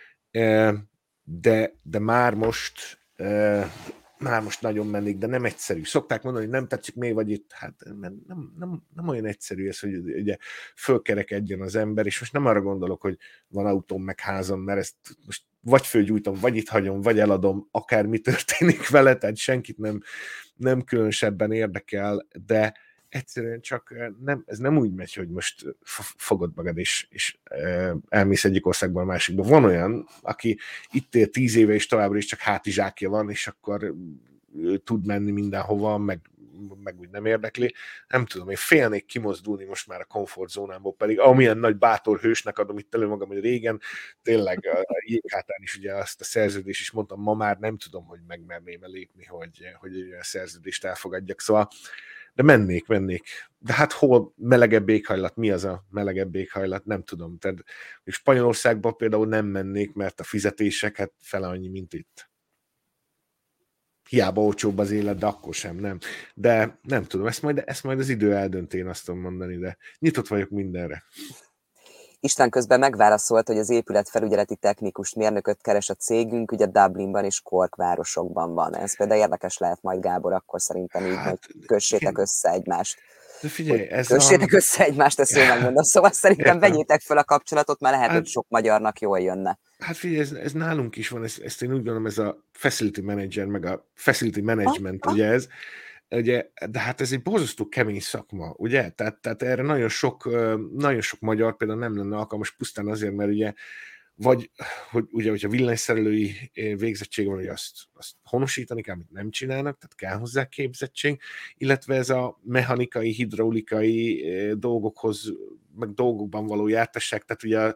De már most nagyon mennék, de nem egyszerű. Szokták mondani, hogy nem tetszik, miért vagy itt? Hát nem olyan egyszerű ez, hogy ugye fölkerekedjen az ember, és most nem arra gondolok, hogy van autóm meg házam, mert ezt most vagy fölgyújtom, vagy itt hagyom, vagy eladom, akár mi történik vele, tehát senkit nem különösebben érdekel, de egyszerűen csak ez nem úgy megy, hogy most fogod magad, és elmész egyik országban a másikba. Van olyan, aki itt él 10 éve, és továbbra is csak hátizsákja van, és akkor tud menni mindenhova, meg úgy nem érdekli. Nem tudom, én félnék kimozdulni most már a komfortzónámból, pedig amilyen nagy bátor hősnek adom itt elő magam, hogy régen tényleg a jéghátán is ugye azt a szerződést is mondtam, ma már nem tudom, hogy megmerném lépni, hogy egy olyan szerződést elfogadjak. Szóval de mennék. De hát hol melegebb éghajlat? Mi az a melegebb éghajlat? Nem tudom. Tehát Spanyolországban például nem mennék, mert a fizetések hát fele annyi, mint itt. Hiába olcsóbb az élet, de akkor sem, nem. De nem tudom, ezt majd az idő eldönti, én azt tudom mondani, de nyitott vagyok mindenre. Isten közben megválaszolt, hogy az épületfelügyeleti technikus mérnököt keres a cégünk, ugye Dublinban és Cork városokban van. Ez például érdekes lehet majd, Gábor, akkor szerintem így, hogy kössétek össze egymást. De figyelj, kössétek össze egymást, ezt jól megmondom. Szóval szerintem vegyétek fel a kapcsolatot, mert lehet, hogy sok magyarnak jól jönne. Hát figyelj, ez nálunk is van, ezt én úgy gondolom, ez a facility manager, meg a facility management, ugye ez. ugye, de hát ez egy borzasztó kemény szakma, ugye? Tehát erre nagyon sok magyar például nem lenne alkalmas pusztán azért, mert ugye vagy, ugye, hogyha villanyszerelői végzettség van, hogy azt honosítani kell, amit nem csinálnak, tehát kell hozzá képzettség, illetve ez a mechanikai, hidraulikai dolgokhoz, meg dolgokban való jártasság, tehát ugye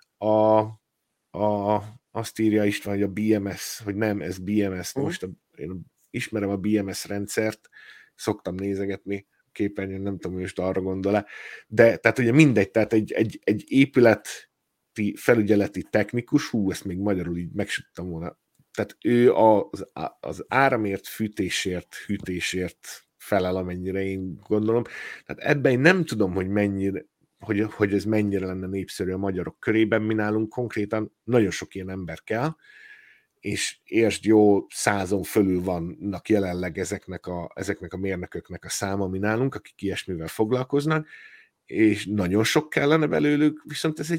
azt írja István, hogy a BMS, hogy nem, ez BMS, most én ismerem a BMS rendszert, szoktam nézegetni képernyőn, nem tudom, hogy most arra gondol-e, de tehát ugye mindegy, tehát egy épület felügyeleti technikus, ezt még magyarul így megsüttem volna, tehát ő az áramért, fűtésért, hűtésért felel, amennyire én gondolom. Tehát ebben én nem tudom, hogy mennyire, hogy ez mennyire lenne népszerű a magyarok körében, mi nálunk konkrétan nagyon sok ilyen ember kell, és értsd jó, 100-on fölül vannak jelenleg ezeknek a mérnököknek a száma, mi nálunk, akik ilyesmivel foglalkoznak, és nagyon sok kellene belőlük, viszont ez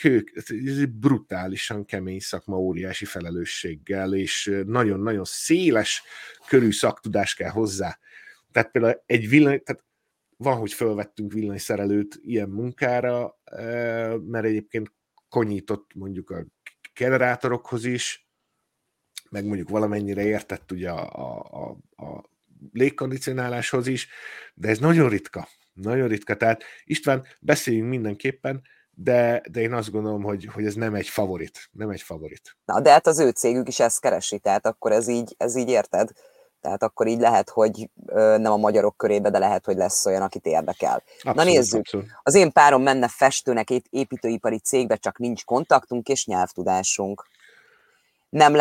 egy brutálisan kemény szakma, óriási felelősséggel, és nagyon-nagyon széles körű szaktudás kell hozzá. Tehát például tehát van, hogy fölvettünk villanyszerelőt ilyen munkára, mert egyébként konyított mondjuk a generátorokhoz is, meg mondjuk valamennyire értett ugye a légkondicionáláshoz is, de ez nagyon ritka. Nagyon ritka. Tehát István, beszéljünk mindenképpen, de én azt gondolom, hogy ez nem egy favorit. Nem egy favorit. Na, de hát az ő cégük is ezt keresi, tehát akkor ez így érted? Tehát akkor így lehet, hogy nem a magyarok körébe, de lehet, hogy lesz olyan, akit érdekel. Abszolút, na nézzük, abszolút. Az én párom menne festőnek építőipari cégbe, csak nincs kontaktunk és nyelvtudásunk. Nem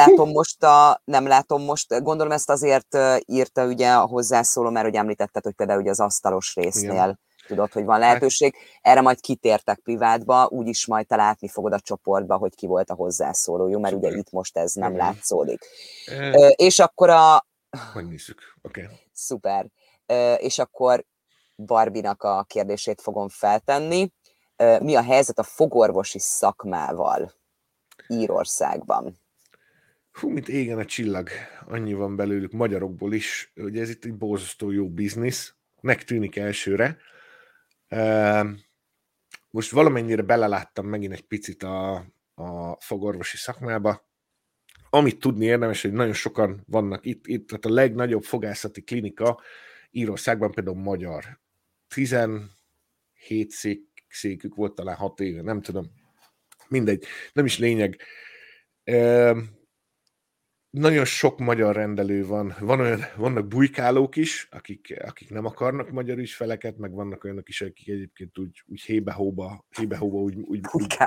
látom most, gondolom ezt azért írta ugye a hozzászóló, mert hogy említetted, hogy például ugye az asztalos résznél igen. Tudod, hogy van lehetőség. Erre majd kitértek privátba, úgyis majd te látni fogod a csoportba, hogy ki volt a hozzászóló, jó? Mert ugye itt most ez nem látszódik. És akkor megnézzük, oké. Szuper. És akkor Barbinak a kérdését fogom feltenni. Mi a helyzet a fogorvosi szakmával Írországban? Mint égen a csillag, annyi van belőlük magyarokból is, ugye ez itt egy borzasztó jó biznisz, megtűnik elsőre. Most valamennyire beleláttam megint egy picit a fogorvosi szakmába. Amit tudni érdemes, hogy nagyon sokan vannak itt tehát a legnagyobb fogászati klinika Írországban például magyar. 17 székük volt, talán 6 éve, nem tudom. Mindegy, nem is lényeg. Nagyon sok magyar rendelő vannak bujkálók is, akik nem akarnak magyar ügyfeleket, meg vannak olyanok is, akik egyébként úgy hébe-hóba úgy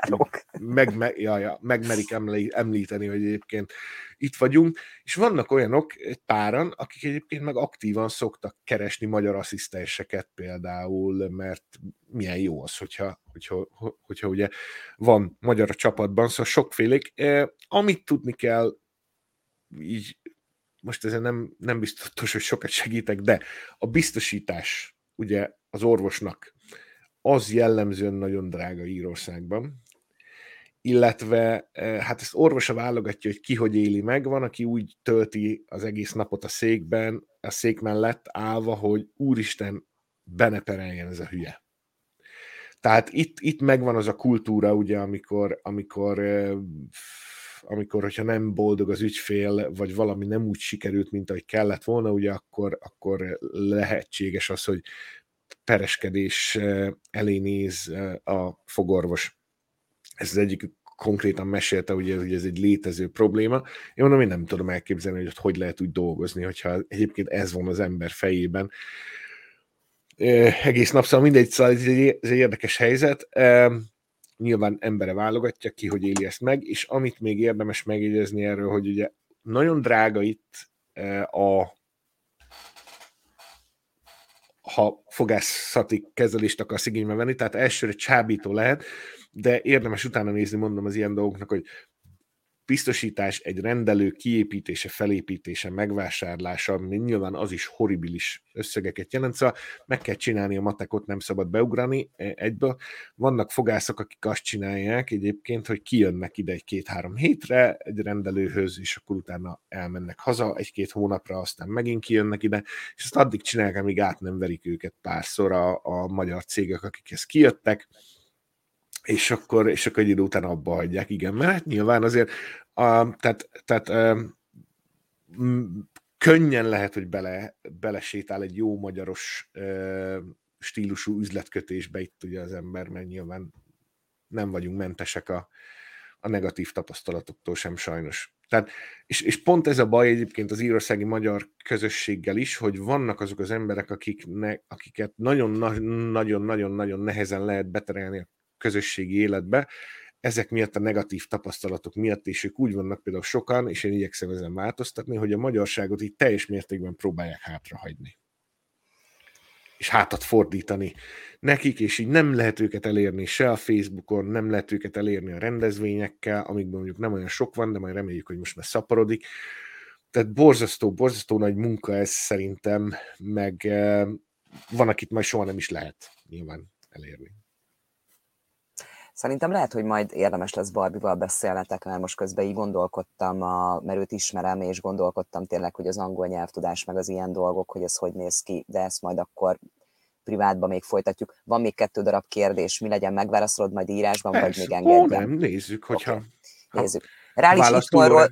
megmerik említeni, hogy egyébként itt vagyunk, és vannak olyanok, egy páran, akik egyébként meg aktívan szoktak keresni magyar asszisztenseket például, mert milyen jó az, hogyha ugye van magyar a csapatban, szóval sokfélék. Amit tudni kell, így most ezen nem biztos, hogy sokat segítek, de a biztosítás ugye az orvosnak az jellemzően nagyon drága Írországban, illetve hát ezt orvosa válogatja, hogy ki hogy éli meg, van, aki úgy tölti az egész napot a székben, a szék mellett állva, hogy úristen, be ne pereljen ez a hülye. Tehát itt megvan az a kultúra, ugye, amikor hogyha nem boldog az ügyfél, vagy valami nem úgy sikerült, mint ahogy kellett volna, ugye akkor lehetséges az, hogy pereskedés elé néz a fogorvos. Ez az egyik konkrétan mesélte, ugye, hogy ez egy létező probléma. Én mondom, én nem tudom elképzelni, hogy lehet úgy dolgozni, hogyha egyébként ez van az ember fejében. Egész nap, szóval mindegy, szóval ez egy érdekes helyzet. Nyilván embere válogatja ki, hogy éli ezt meg, és amit még érdemes megjegyezni erről, hogy ugye nagyon drága itt ha fogászati kezelést akarsz igénybe venni, tehát elsőre csábító lehet, de érdemes utána nézni, mondom, az ilyen dolgoknak, hogy biztosítás, egy rendelő kiépítése, felépítése, megvásárlása, nyilván az is horribilis összegeket jelent, szóval meg kell csinálni a matekot, nem szabad beugrani egyből. Vannak fogászok, akik azt csinálják egyébként, hogy kijönnek ide egy 2-3 hétre egy rendelőhöz, és akkor utána elmennek haza 1-2 hónapra, aztán megint kijönnek ide, és ezt addig csinálják, amíg át nem verik őket párszor a magyar cégek, akikhez kijöttek, és akkor egy idő után abba hagyják, igen, mert hát nyilván azért könnyen lehet, hogy belesétál egy jó magyaros stílusú üzletkötésbe itt ugye az ember, mert nyilván nem vagyunk mentesek a negatív tapasztalatoktól sem sajnos. Tehát, és pont ez a baj egyébként az írországi magyar közösséggel is, hogy vannak azok az emberek, akiket nagyon-nagyon nehezen lehet beterelni a közösségi életbe, ezek miatt a negatív tapasztalatok miatt, és ők úgy vannak például sokan, és én igyekszem ezen változtatni, hogy a magyarságot így teljes mértékben próbálják hátrahagyni. És hátat fordítani nekik, és így nem lehet őket elérni se a Facebookon, nem lehet őket elérni a rendezvényekkel, amikben mondjuk nem olyan sok van, de majd reméljük, hogy most már szaporodik. Tehát borzasztó nagy munka ez szerintem, meg van, akit majd soha nem is lehet nyilván elérni. Szerintem lehet, hogy majd érdemes lesz Barbival beszélnetek, mert most közben így gondolkodtam, mert őt ismerem, és gondolkodtam tényleg, hogy az angol nyelvtudás, meg az ilyen dolgok, hogy ez hogy néz ki, de ezt majd akkor privátban még folytatjuk. Van még 2 darab kérdés, mi legyen, megválaszolod majd írásban, vagy még engedjem? Nem, nézzük, hogyha... Okay. Nézzük. Reális itthonról...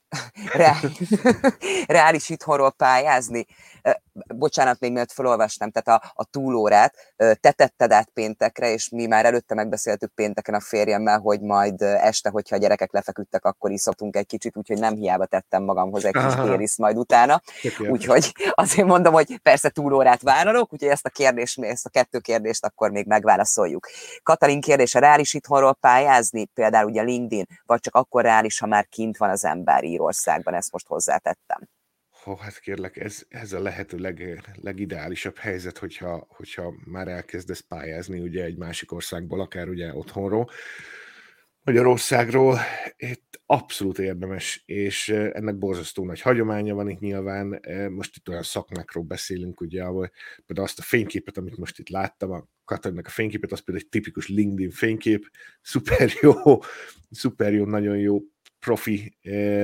Reális itthonról pályázni. Bocsánat, még mielőtt felolvastam, tehát a túlórát te tetted át péntekre, és mi már előtte megbeszéltük pénteken a férjemmel, hogy majd este, hogyha a gyerekek lefeküdtek, akkor iszhatunk egy kicsit, úgyhogy nem hiába tettem magamhoz egy kis Baileys majd utána. Úgyhogy azért mondom, hogy persze túlórát vállalok, úgyhogy ezt a 2 kérdést akkor még megválaszoljuk. Katalin kérdése, reális itthonról pályázni, például ugye LinkedIn, vagy csak akkor reális, ha már kint van az ember Írországban, ezt most hozzátettem. Hát kérlek, ez a lehető legideálisabb helyzet, hogyha már elkezdesz pályázni ugye egy másik országból, akár ugye otthonról, Magyarországról, itt abszolút érdemes, és ennek borzasztó nagy hagyománya van itt nyilván. Most itt olyan szakmákról beszélünk, ugye, ahol például azt a fényképet, amit most itt láttam, a Katalинnak a fényképet, az például egy tipikus LinkedIn fénykép, szuper jó, nagyon jó profi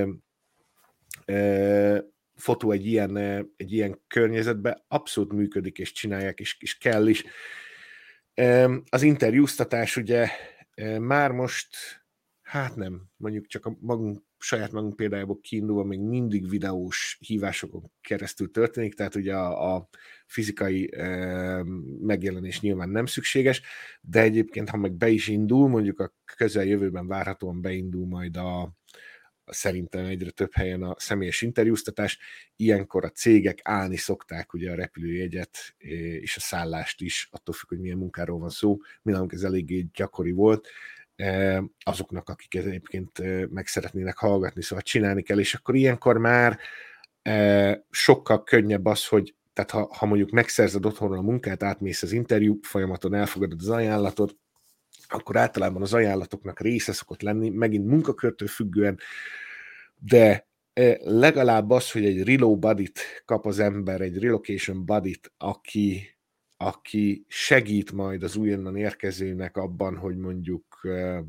fotó egy ilyen környezetben, abszolút működik, és csinálják, és kell is. Az interjúztatás ugye már most, hát nem, mondjuk csak a saját magunk példájából kiindulva még mindig videós hívásokon keresztül történik, tehát ugye a fizikai megjelenés nyilván nem szükséges, de egyébként, ha meg be is indul, mondjuk a közeljövőben várhatóan beindul majd szerintem egyre több helyen a személyes interjúztatás, ilyenkor a cégek állni szokták ugye a repülőjegyet és a szállást is, attól függ, hogy milyen munkáról van szó, nálunk ez eléggé gyakori volt, azoknak, akik egyébként meg szeretnének hallgatni, szóval csinálni kell, és akkor ilyenkor már sokkal könnyebb az, hogy tehát ha mondjuk megszerzed otthonról a munkát, átmész az interjú folyamaton, elfogadod az ajánlatot, akkor általában az ajánlatoknak része szokott lenni, megint munkakörtől függően, de legalább az, hogy egy relo buddy-t kap az ember, egy relocation buddy-t, aki segít majd az újonnan érkezőnek abban, hogy mondjuk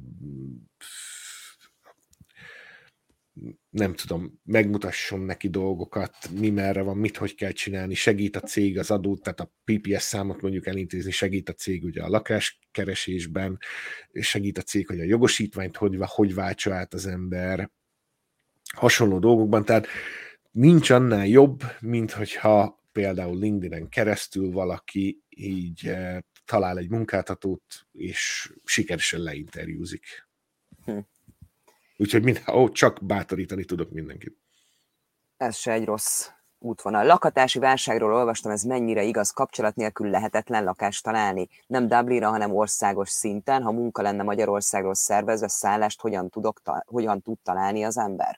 nem tudom, megmutasson neki dolgokat, mi merre van, mit hogy kell csinálni, segít a cég az adót, tehát a PPS számot mondjuk elintézni, segít a cég ugye a lakáskeresésben, segít a cég, hogy a jogosítványt hogy váltsa át az ember, hasonló dolgokban, tehát nincs annál jobb, mint hogyha például LinkedIn-en keresztül valaki így talál egy munkáltatót, és sikeresen leinterjúzik. Úgyhogy csak bátorítani tudok mindenkit. Ez se egy rossz útvonal. Lakhatási válságról olvastam, ez mennyire igaz, kapcsolat nélkül lehetetlen lakást találni. Nem Dublinra, hanem országos szinten. Ha munka lenne Magyarországról szervezve, szállást hogyan tud találni az ember?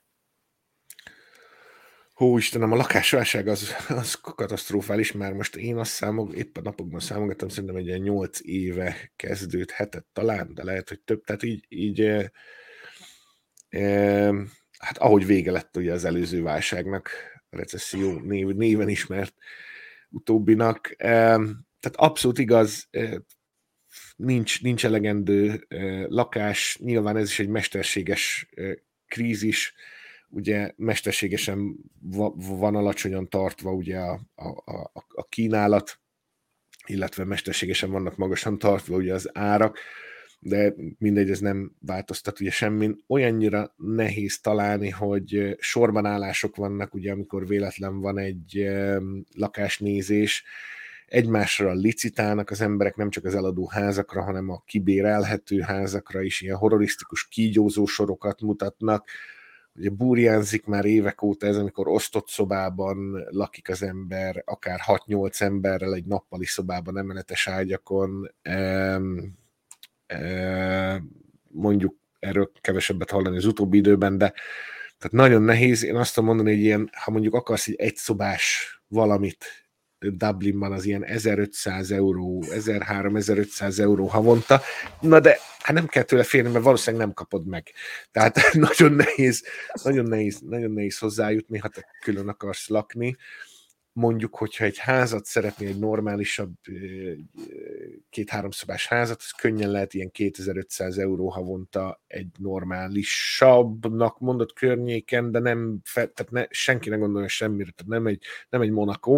Hú, Istenem, a lakásválság az katasztrofális, már most én épp a napokban számogattam, szerintem egy ilyen 8 éve kezdődhetett talán, de lehet, hogy több, tehát így Hát ahogy vége lett ugye az előző válságnak, a recesszió néven ismert utóbbinak. Tehát abszolút igaz, nincs elegendő lakás, nyilván ez is egy mesterséges krízis, ugye mesterségesen van alacsonyan tartva ugye a kínálat, illetve mesterségesen vannak magasan tartva ugye az árak, de mindegy, ez nem változtat ugye semmin. Olyannyira nehéz találni, hogy sorban állások vannak, ugye amikor véletlen van egy lakásnézés, egymásra licitálnak az emberek, nem csak az eladó házakra, hanem a kibérelhető házakra is, ilyen horrorisztikus kígyózó sorokat mutatnak. Ugye burjánzik már évek óta ez, amikor osztott szobában lakik az ember, akár 6-8 emberrel egy nappali szobában, emeletes ágyakon. Mondjuk erről kevesebbet hallani az utóbbi időben, de tehát nagyon nehéz. Én azt tudom mondani, hogy ilyen, ha mondjuk akarsz egy egyszobás valamit Dublinban, az ilyen 1500 euró, 1300-1500 euró havonta, na de hát nem kell tőle félni, mert valószínűleg nem kapod meg. Tehát nagyon nehéz hozzájutni, ha te külön akarsz lakni. Mondjuk, hogyha egy házat szeretnél, egy normálisabb 2-3 szobás házat, az könnyen lehet ilyen 2500 euró havonta egy normálisabbnak mondott környéken, de nem, tehát senki ne gondolja semmire, tehát nem egy Monaco,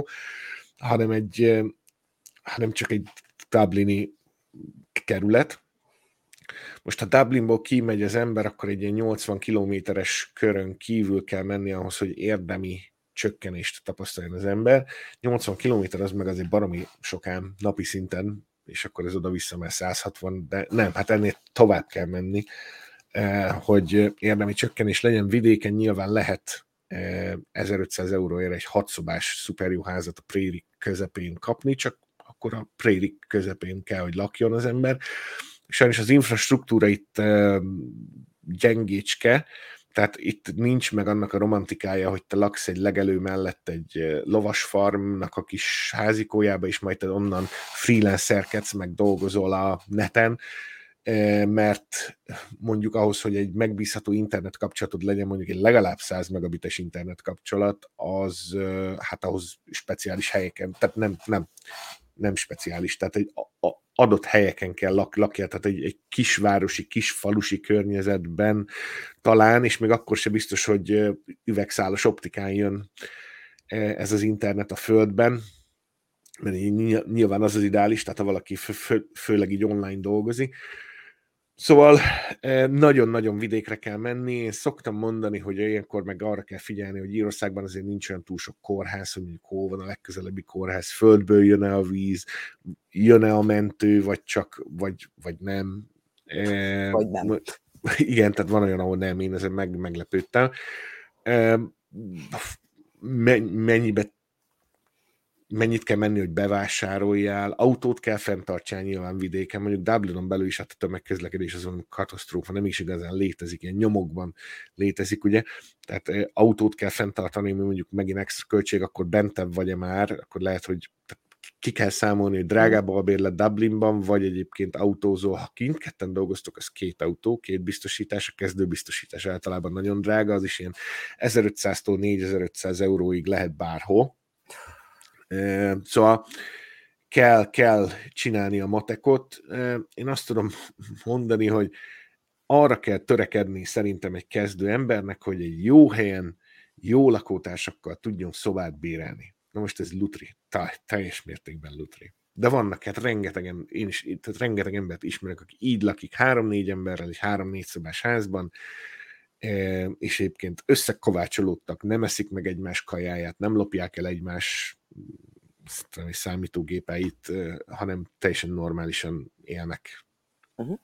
hanem csak egy dublini kerület. Most ha Dublinból kimegy az ember, akkor egy ilyen 80 kilométeres körön kívül kell menni ahhoz, hogy érdemi csökkenést tapasztaljon az ember. 80 kilométer az meg azért baromi sokán napi szinten, és akkor ez oda-vissza már 160, de nem, hát ennél tovább kell menni, hogy érdemi csökkenés legyen. Vidéken nyilván lehet 1500 euróért egy 6 szobás szuperjú házat a Prairie közepén kapni, csak akkor a Prairie közepén kell, hogy lakjon az ember. Sajnos az infrastruktúra itt gyengécske, tehát itt nincs meg annak a romantikája, hogy te laksz egy legelő mellett egy lovasfarmnak a kis házikójába, és majd te onnan freelancerkedsz, meg dolgozol a neten, mert mondjuk ahhoz, hogy egy megbízható internet kapcsolatod legyen, mondjuk egy legalább 100 megabites internet kapcsolat, az hát ahhoz speciális helyeken, tehát nem speciális, tehát egy adott helyeken kell lakja, tehát egy kisvárosi, kisfalusi környezetben talán, és még akkor sem biztos, hogy üvegszálas optikán jön ez az internet a földben, mert nyilván az ideális, tehát ha valaki főleg így online dolgozik. Szóval nagyon-nagyon vidékre kell menni. Én szoktam mondani, hogy ilyenkor meg arra kell figyelni, hogy Írországban azért nincs olyan túl sok kórház, hogy mondjuk hol van a legközelebbi kórház, földből jön-e a víz, jön-e a mentő, vagy nem. Vagy nem. Igen, tehát van olyan, ahol nem, én ezen meglepődtem. Mennyit kell menni, hogy bevásároljál, autót kell fenntartsál nyilván vidéken, mondjuk Dublinon belül is a tömegközlekedés azon katasztrófa, nem is igazán létezik, ilyen nyomokban létezik, ugye, tehát autót kell fenntartani, mondjuk megint extra költség, akkor bentebb vagy-e már, akkor lehet, hogy ki kell számolni, hogy drágább a bérlet Dublinban, vagy egyébként autózol, ha kint ketten dolgoztok, az 2 autó, 2 biztosítás, a kezdőbiztosítás általában nagyon drága, az is ilyen 1500-tól 4500 euróig lehet bárhol. Szóval kell csinálni a matekot. Én azt tudom mondani, hogy arra kell törekedni szerintem egy kezdő embernek, hogy egy jó helyen, jó lakótársakkal tudjon szobát bérelni. Na most ez lutri, teljes mértékben lutri. De vannak, hát rengeteg embert ismerek, aki így lakik 3-4 emberrel egy 3-4 szobás házban, és egyébként összekovácsolódtak, nem eszik meg egymás kajáját, nem lopják el egymás számítógépeit, hanem teljesen normálisan élnek. Uh-huh.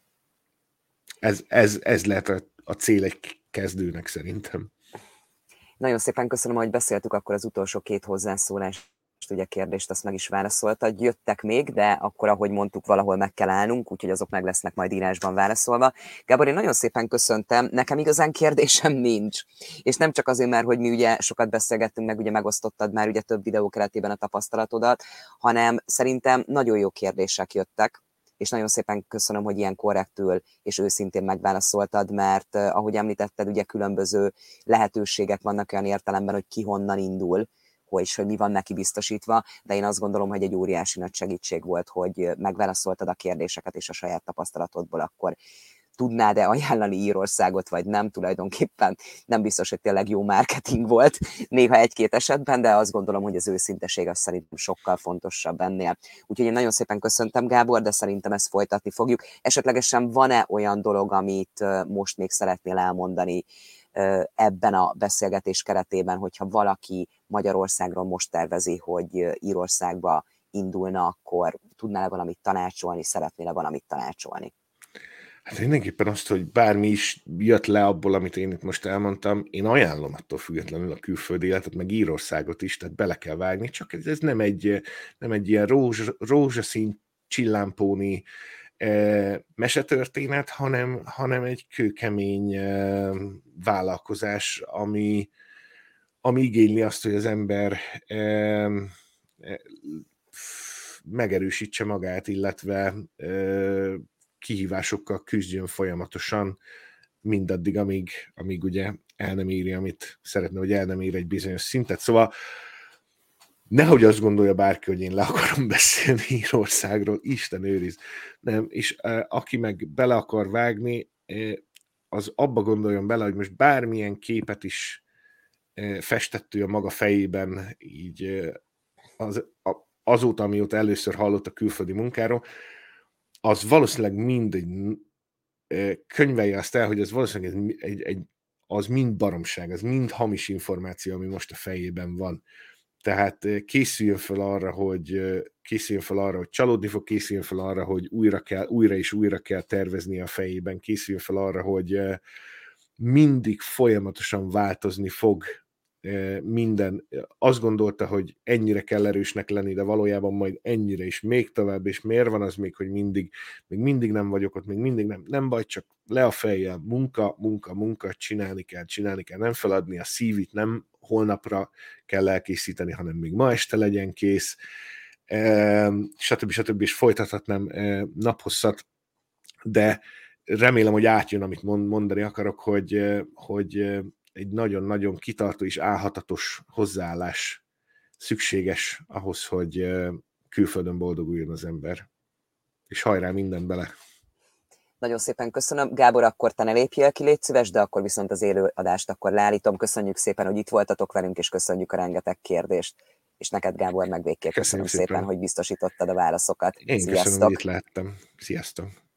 Ez lehet a cél egy kezdőnek szerintem. Nagyon szépen köszönöm, hogy beszéltük akkor az utolsó 2 hozzászólást, ugye kérdést azt meg is válaszoltad. Jöttek még, de akkor, ahogy mondtuk, valahol meg kell állnunk, úgyhogy azok meg lesznek majd írásban válaszolva. Gábor, én nagyon szépen köszöntem, nekem igazán kérdésem nincs. És nem csak azért, mert hogy mi ugye sokat beszélgettünk, meg ugye megosztottad már ugye több videó keretében a tapasztalatodat, hanem szerintem nagyon jó kérdések jöttek, és nagyon szépen köszönöm, hogy ilyen korrektül és őszintén megválaszoltad, mert ahogy említetted, ugye különböző lehetőségek vannak olyan értelemben, hogy ki honnan indul, hogy mi van neki biztosítva, de én azt gondolom, hogy egy óriási nagy segítség volt, hogy megválaszoltad a kérdéseket, és a saját tapasztalatodból akkor tudnád-e ajánlani Írországot, vagy nem, tulajdonképpen nem biztos, hogy tényleg jó marketing volt néha egy-két esetben, de azt gondolom, hogy az őszinteség az szerintem sokkal fontosabb ennél. Úgyhogy én nagyon szépen köszöntem, Gábor, de szerintem ezt folytatni fogjuk. Esetlegesen van-e olyan dolog, amit most még szeretnél elmondani ebben a beszélgetés keretében, hogyha valaki Magyarországról most tervezi, hogy Írországba indulna, akkor tudnál-e valamit tanácsolni, szeretnél-e valamit tanácsolni? Hát mindenképpen azt, hogy bármi is jött le abból, amit én itt most elmondtam, én ajánlom attól függetlenül a külföldi életet, meg Írországot is, tehát bele kell vágni, csak ez nem egy ilyen rózsaszín csillámpóni mesetörténet, hanem egy kőkemény vállalkozás, ami igényli azt, hogy az ember megerősítse magát, illetve kihívásokkal küzdjön folyamatosan, mindaddig, amíg ugye el nem éri, amit szeretne, hogy el nem ér egy bizonyos szintet. Szóval nehogy azt gondolja bárki, hogy én le akarom beszélni Írországról, Isten őriz. Nem, és aki meg bele akar vágni, az abba gondoljon bele, hogy most bármilyen képet is festett ő a maga fejében, így azóta, amióta először hallott a külföldi munkáról, az valószínűleg mind könyvelje azt el, hogy az valószínűleg az mind baromság, az mind hamis információ, ami most a fejében van. Tehát készüljön fel arra, hogy csalódni fog, készüljön fel arra, hogy újra és újra kell tervezni a fejében, készüljön fel arra, hogy mindig folyamatosan változni fog minden. Azt gondolta, hogy ennyire kell erősnek lenni, de valójában majd ennyire is, még tovább, és miért van az még, hogy még mindig nem vagyok ott, még mindig nem baj, csak le a fejjel, munka, csinálni kell, nem feladni a CV-t, nem holnapra kell elkészíteni, hanem még ma este legyen kész, stb. És folytathatnám naphosszat, de remélem, hogy átjön, amit mondani akarok, hogy egy nagyon-nagyon kitartó és álhatatos hozzáállás szükséges ahhoz, hogy külföldön boldoguljon az ember. És hajrá, mindent bele! Nagyon szépen köszönöm. Gábor, akkor te ne lépjél ki, légy szíves, de akkor viszont az élőadást akkor leállítom. Köszönjük szépen, hogy itt voltatok velünk, és köszönjük a rengeteg kérdést. És neked, Gábor, meg végképp köszönöm szépen, hogy biztosítottad a válaszokat. Én Sziasztok! köszönöm, hogy itt lehettem. Sziasztok!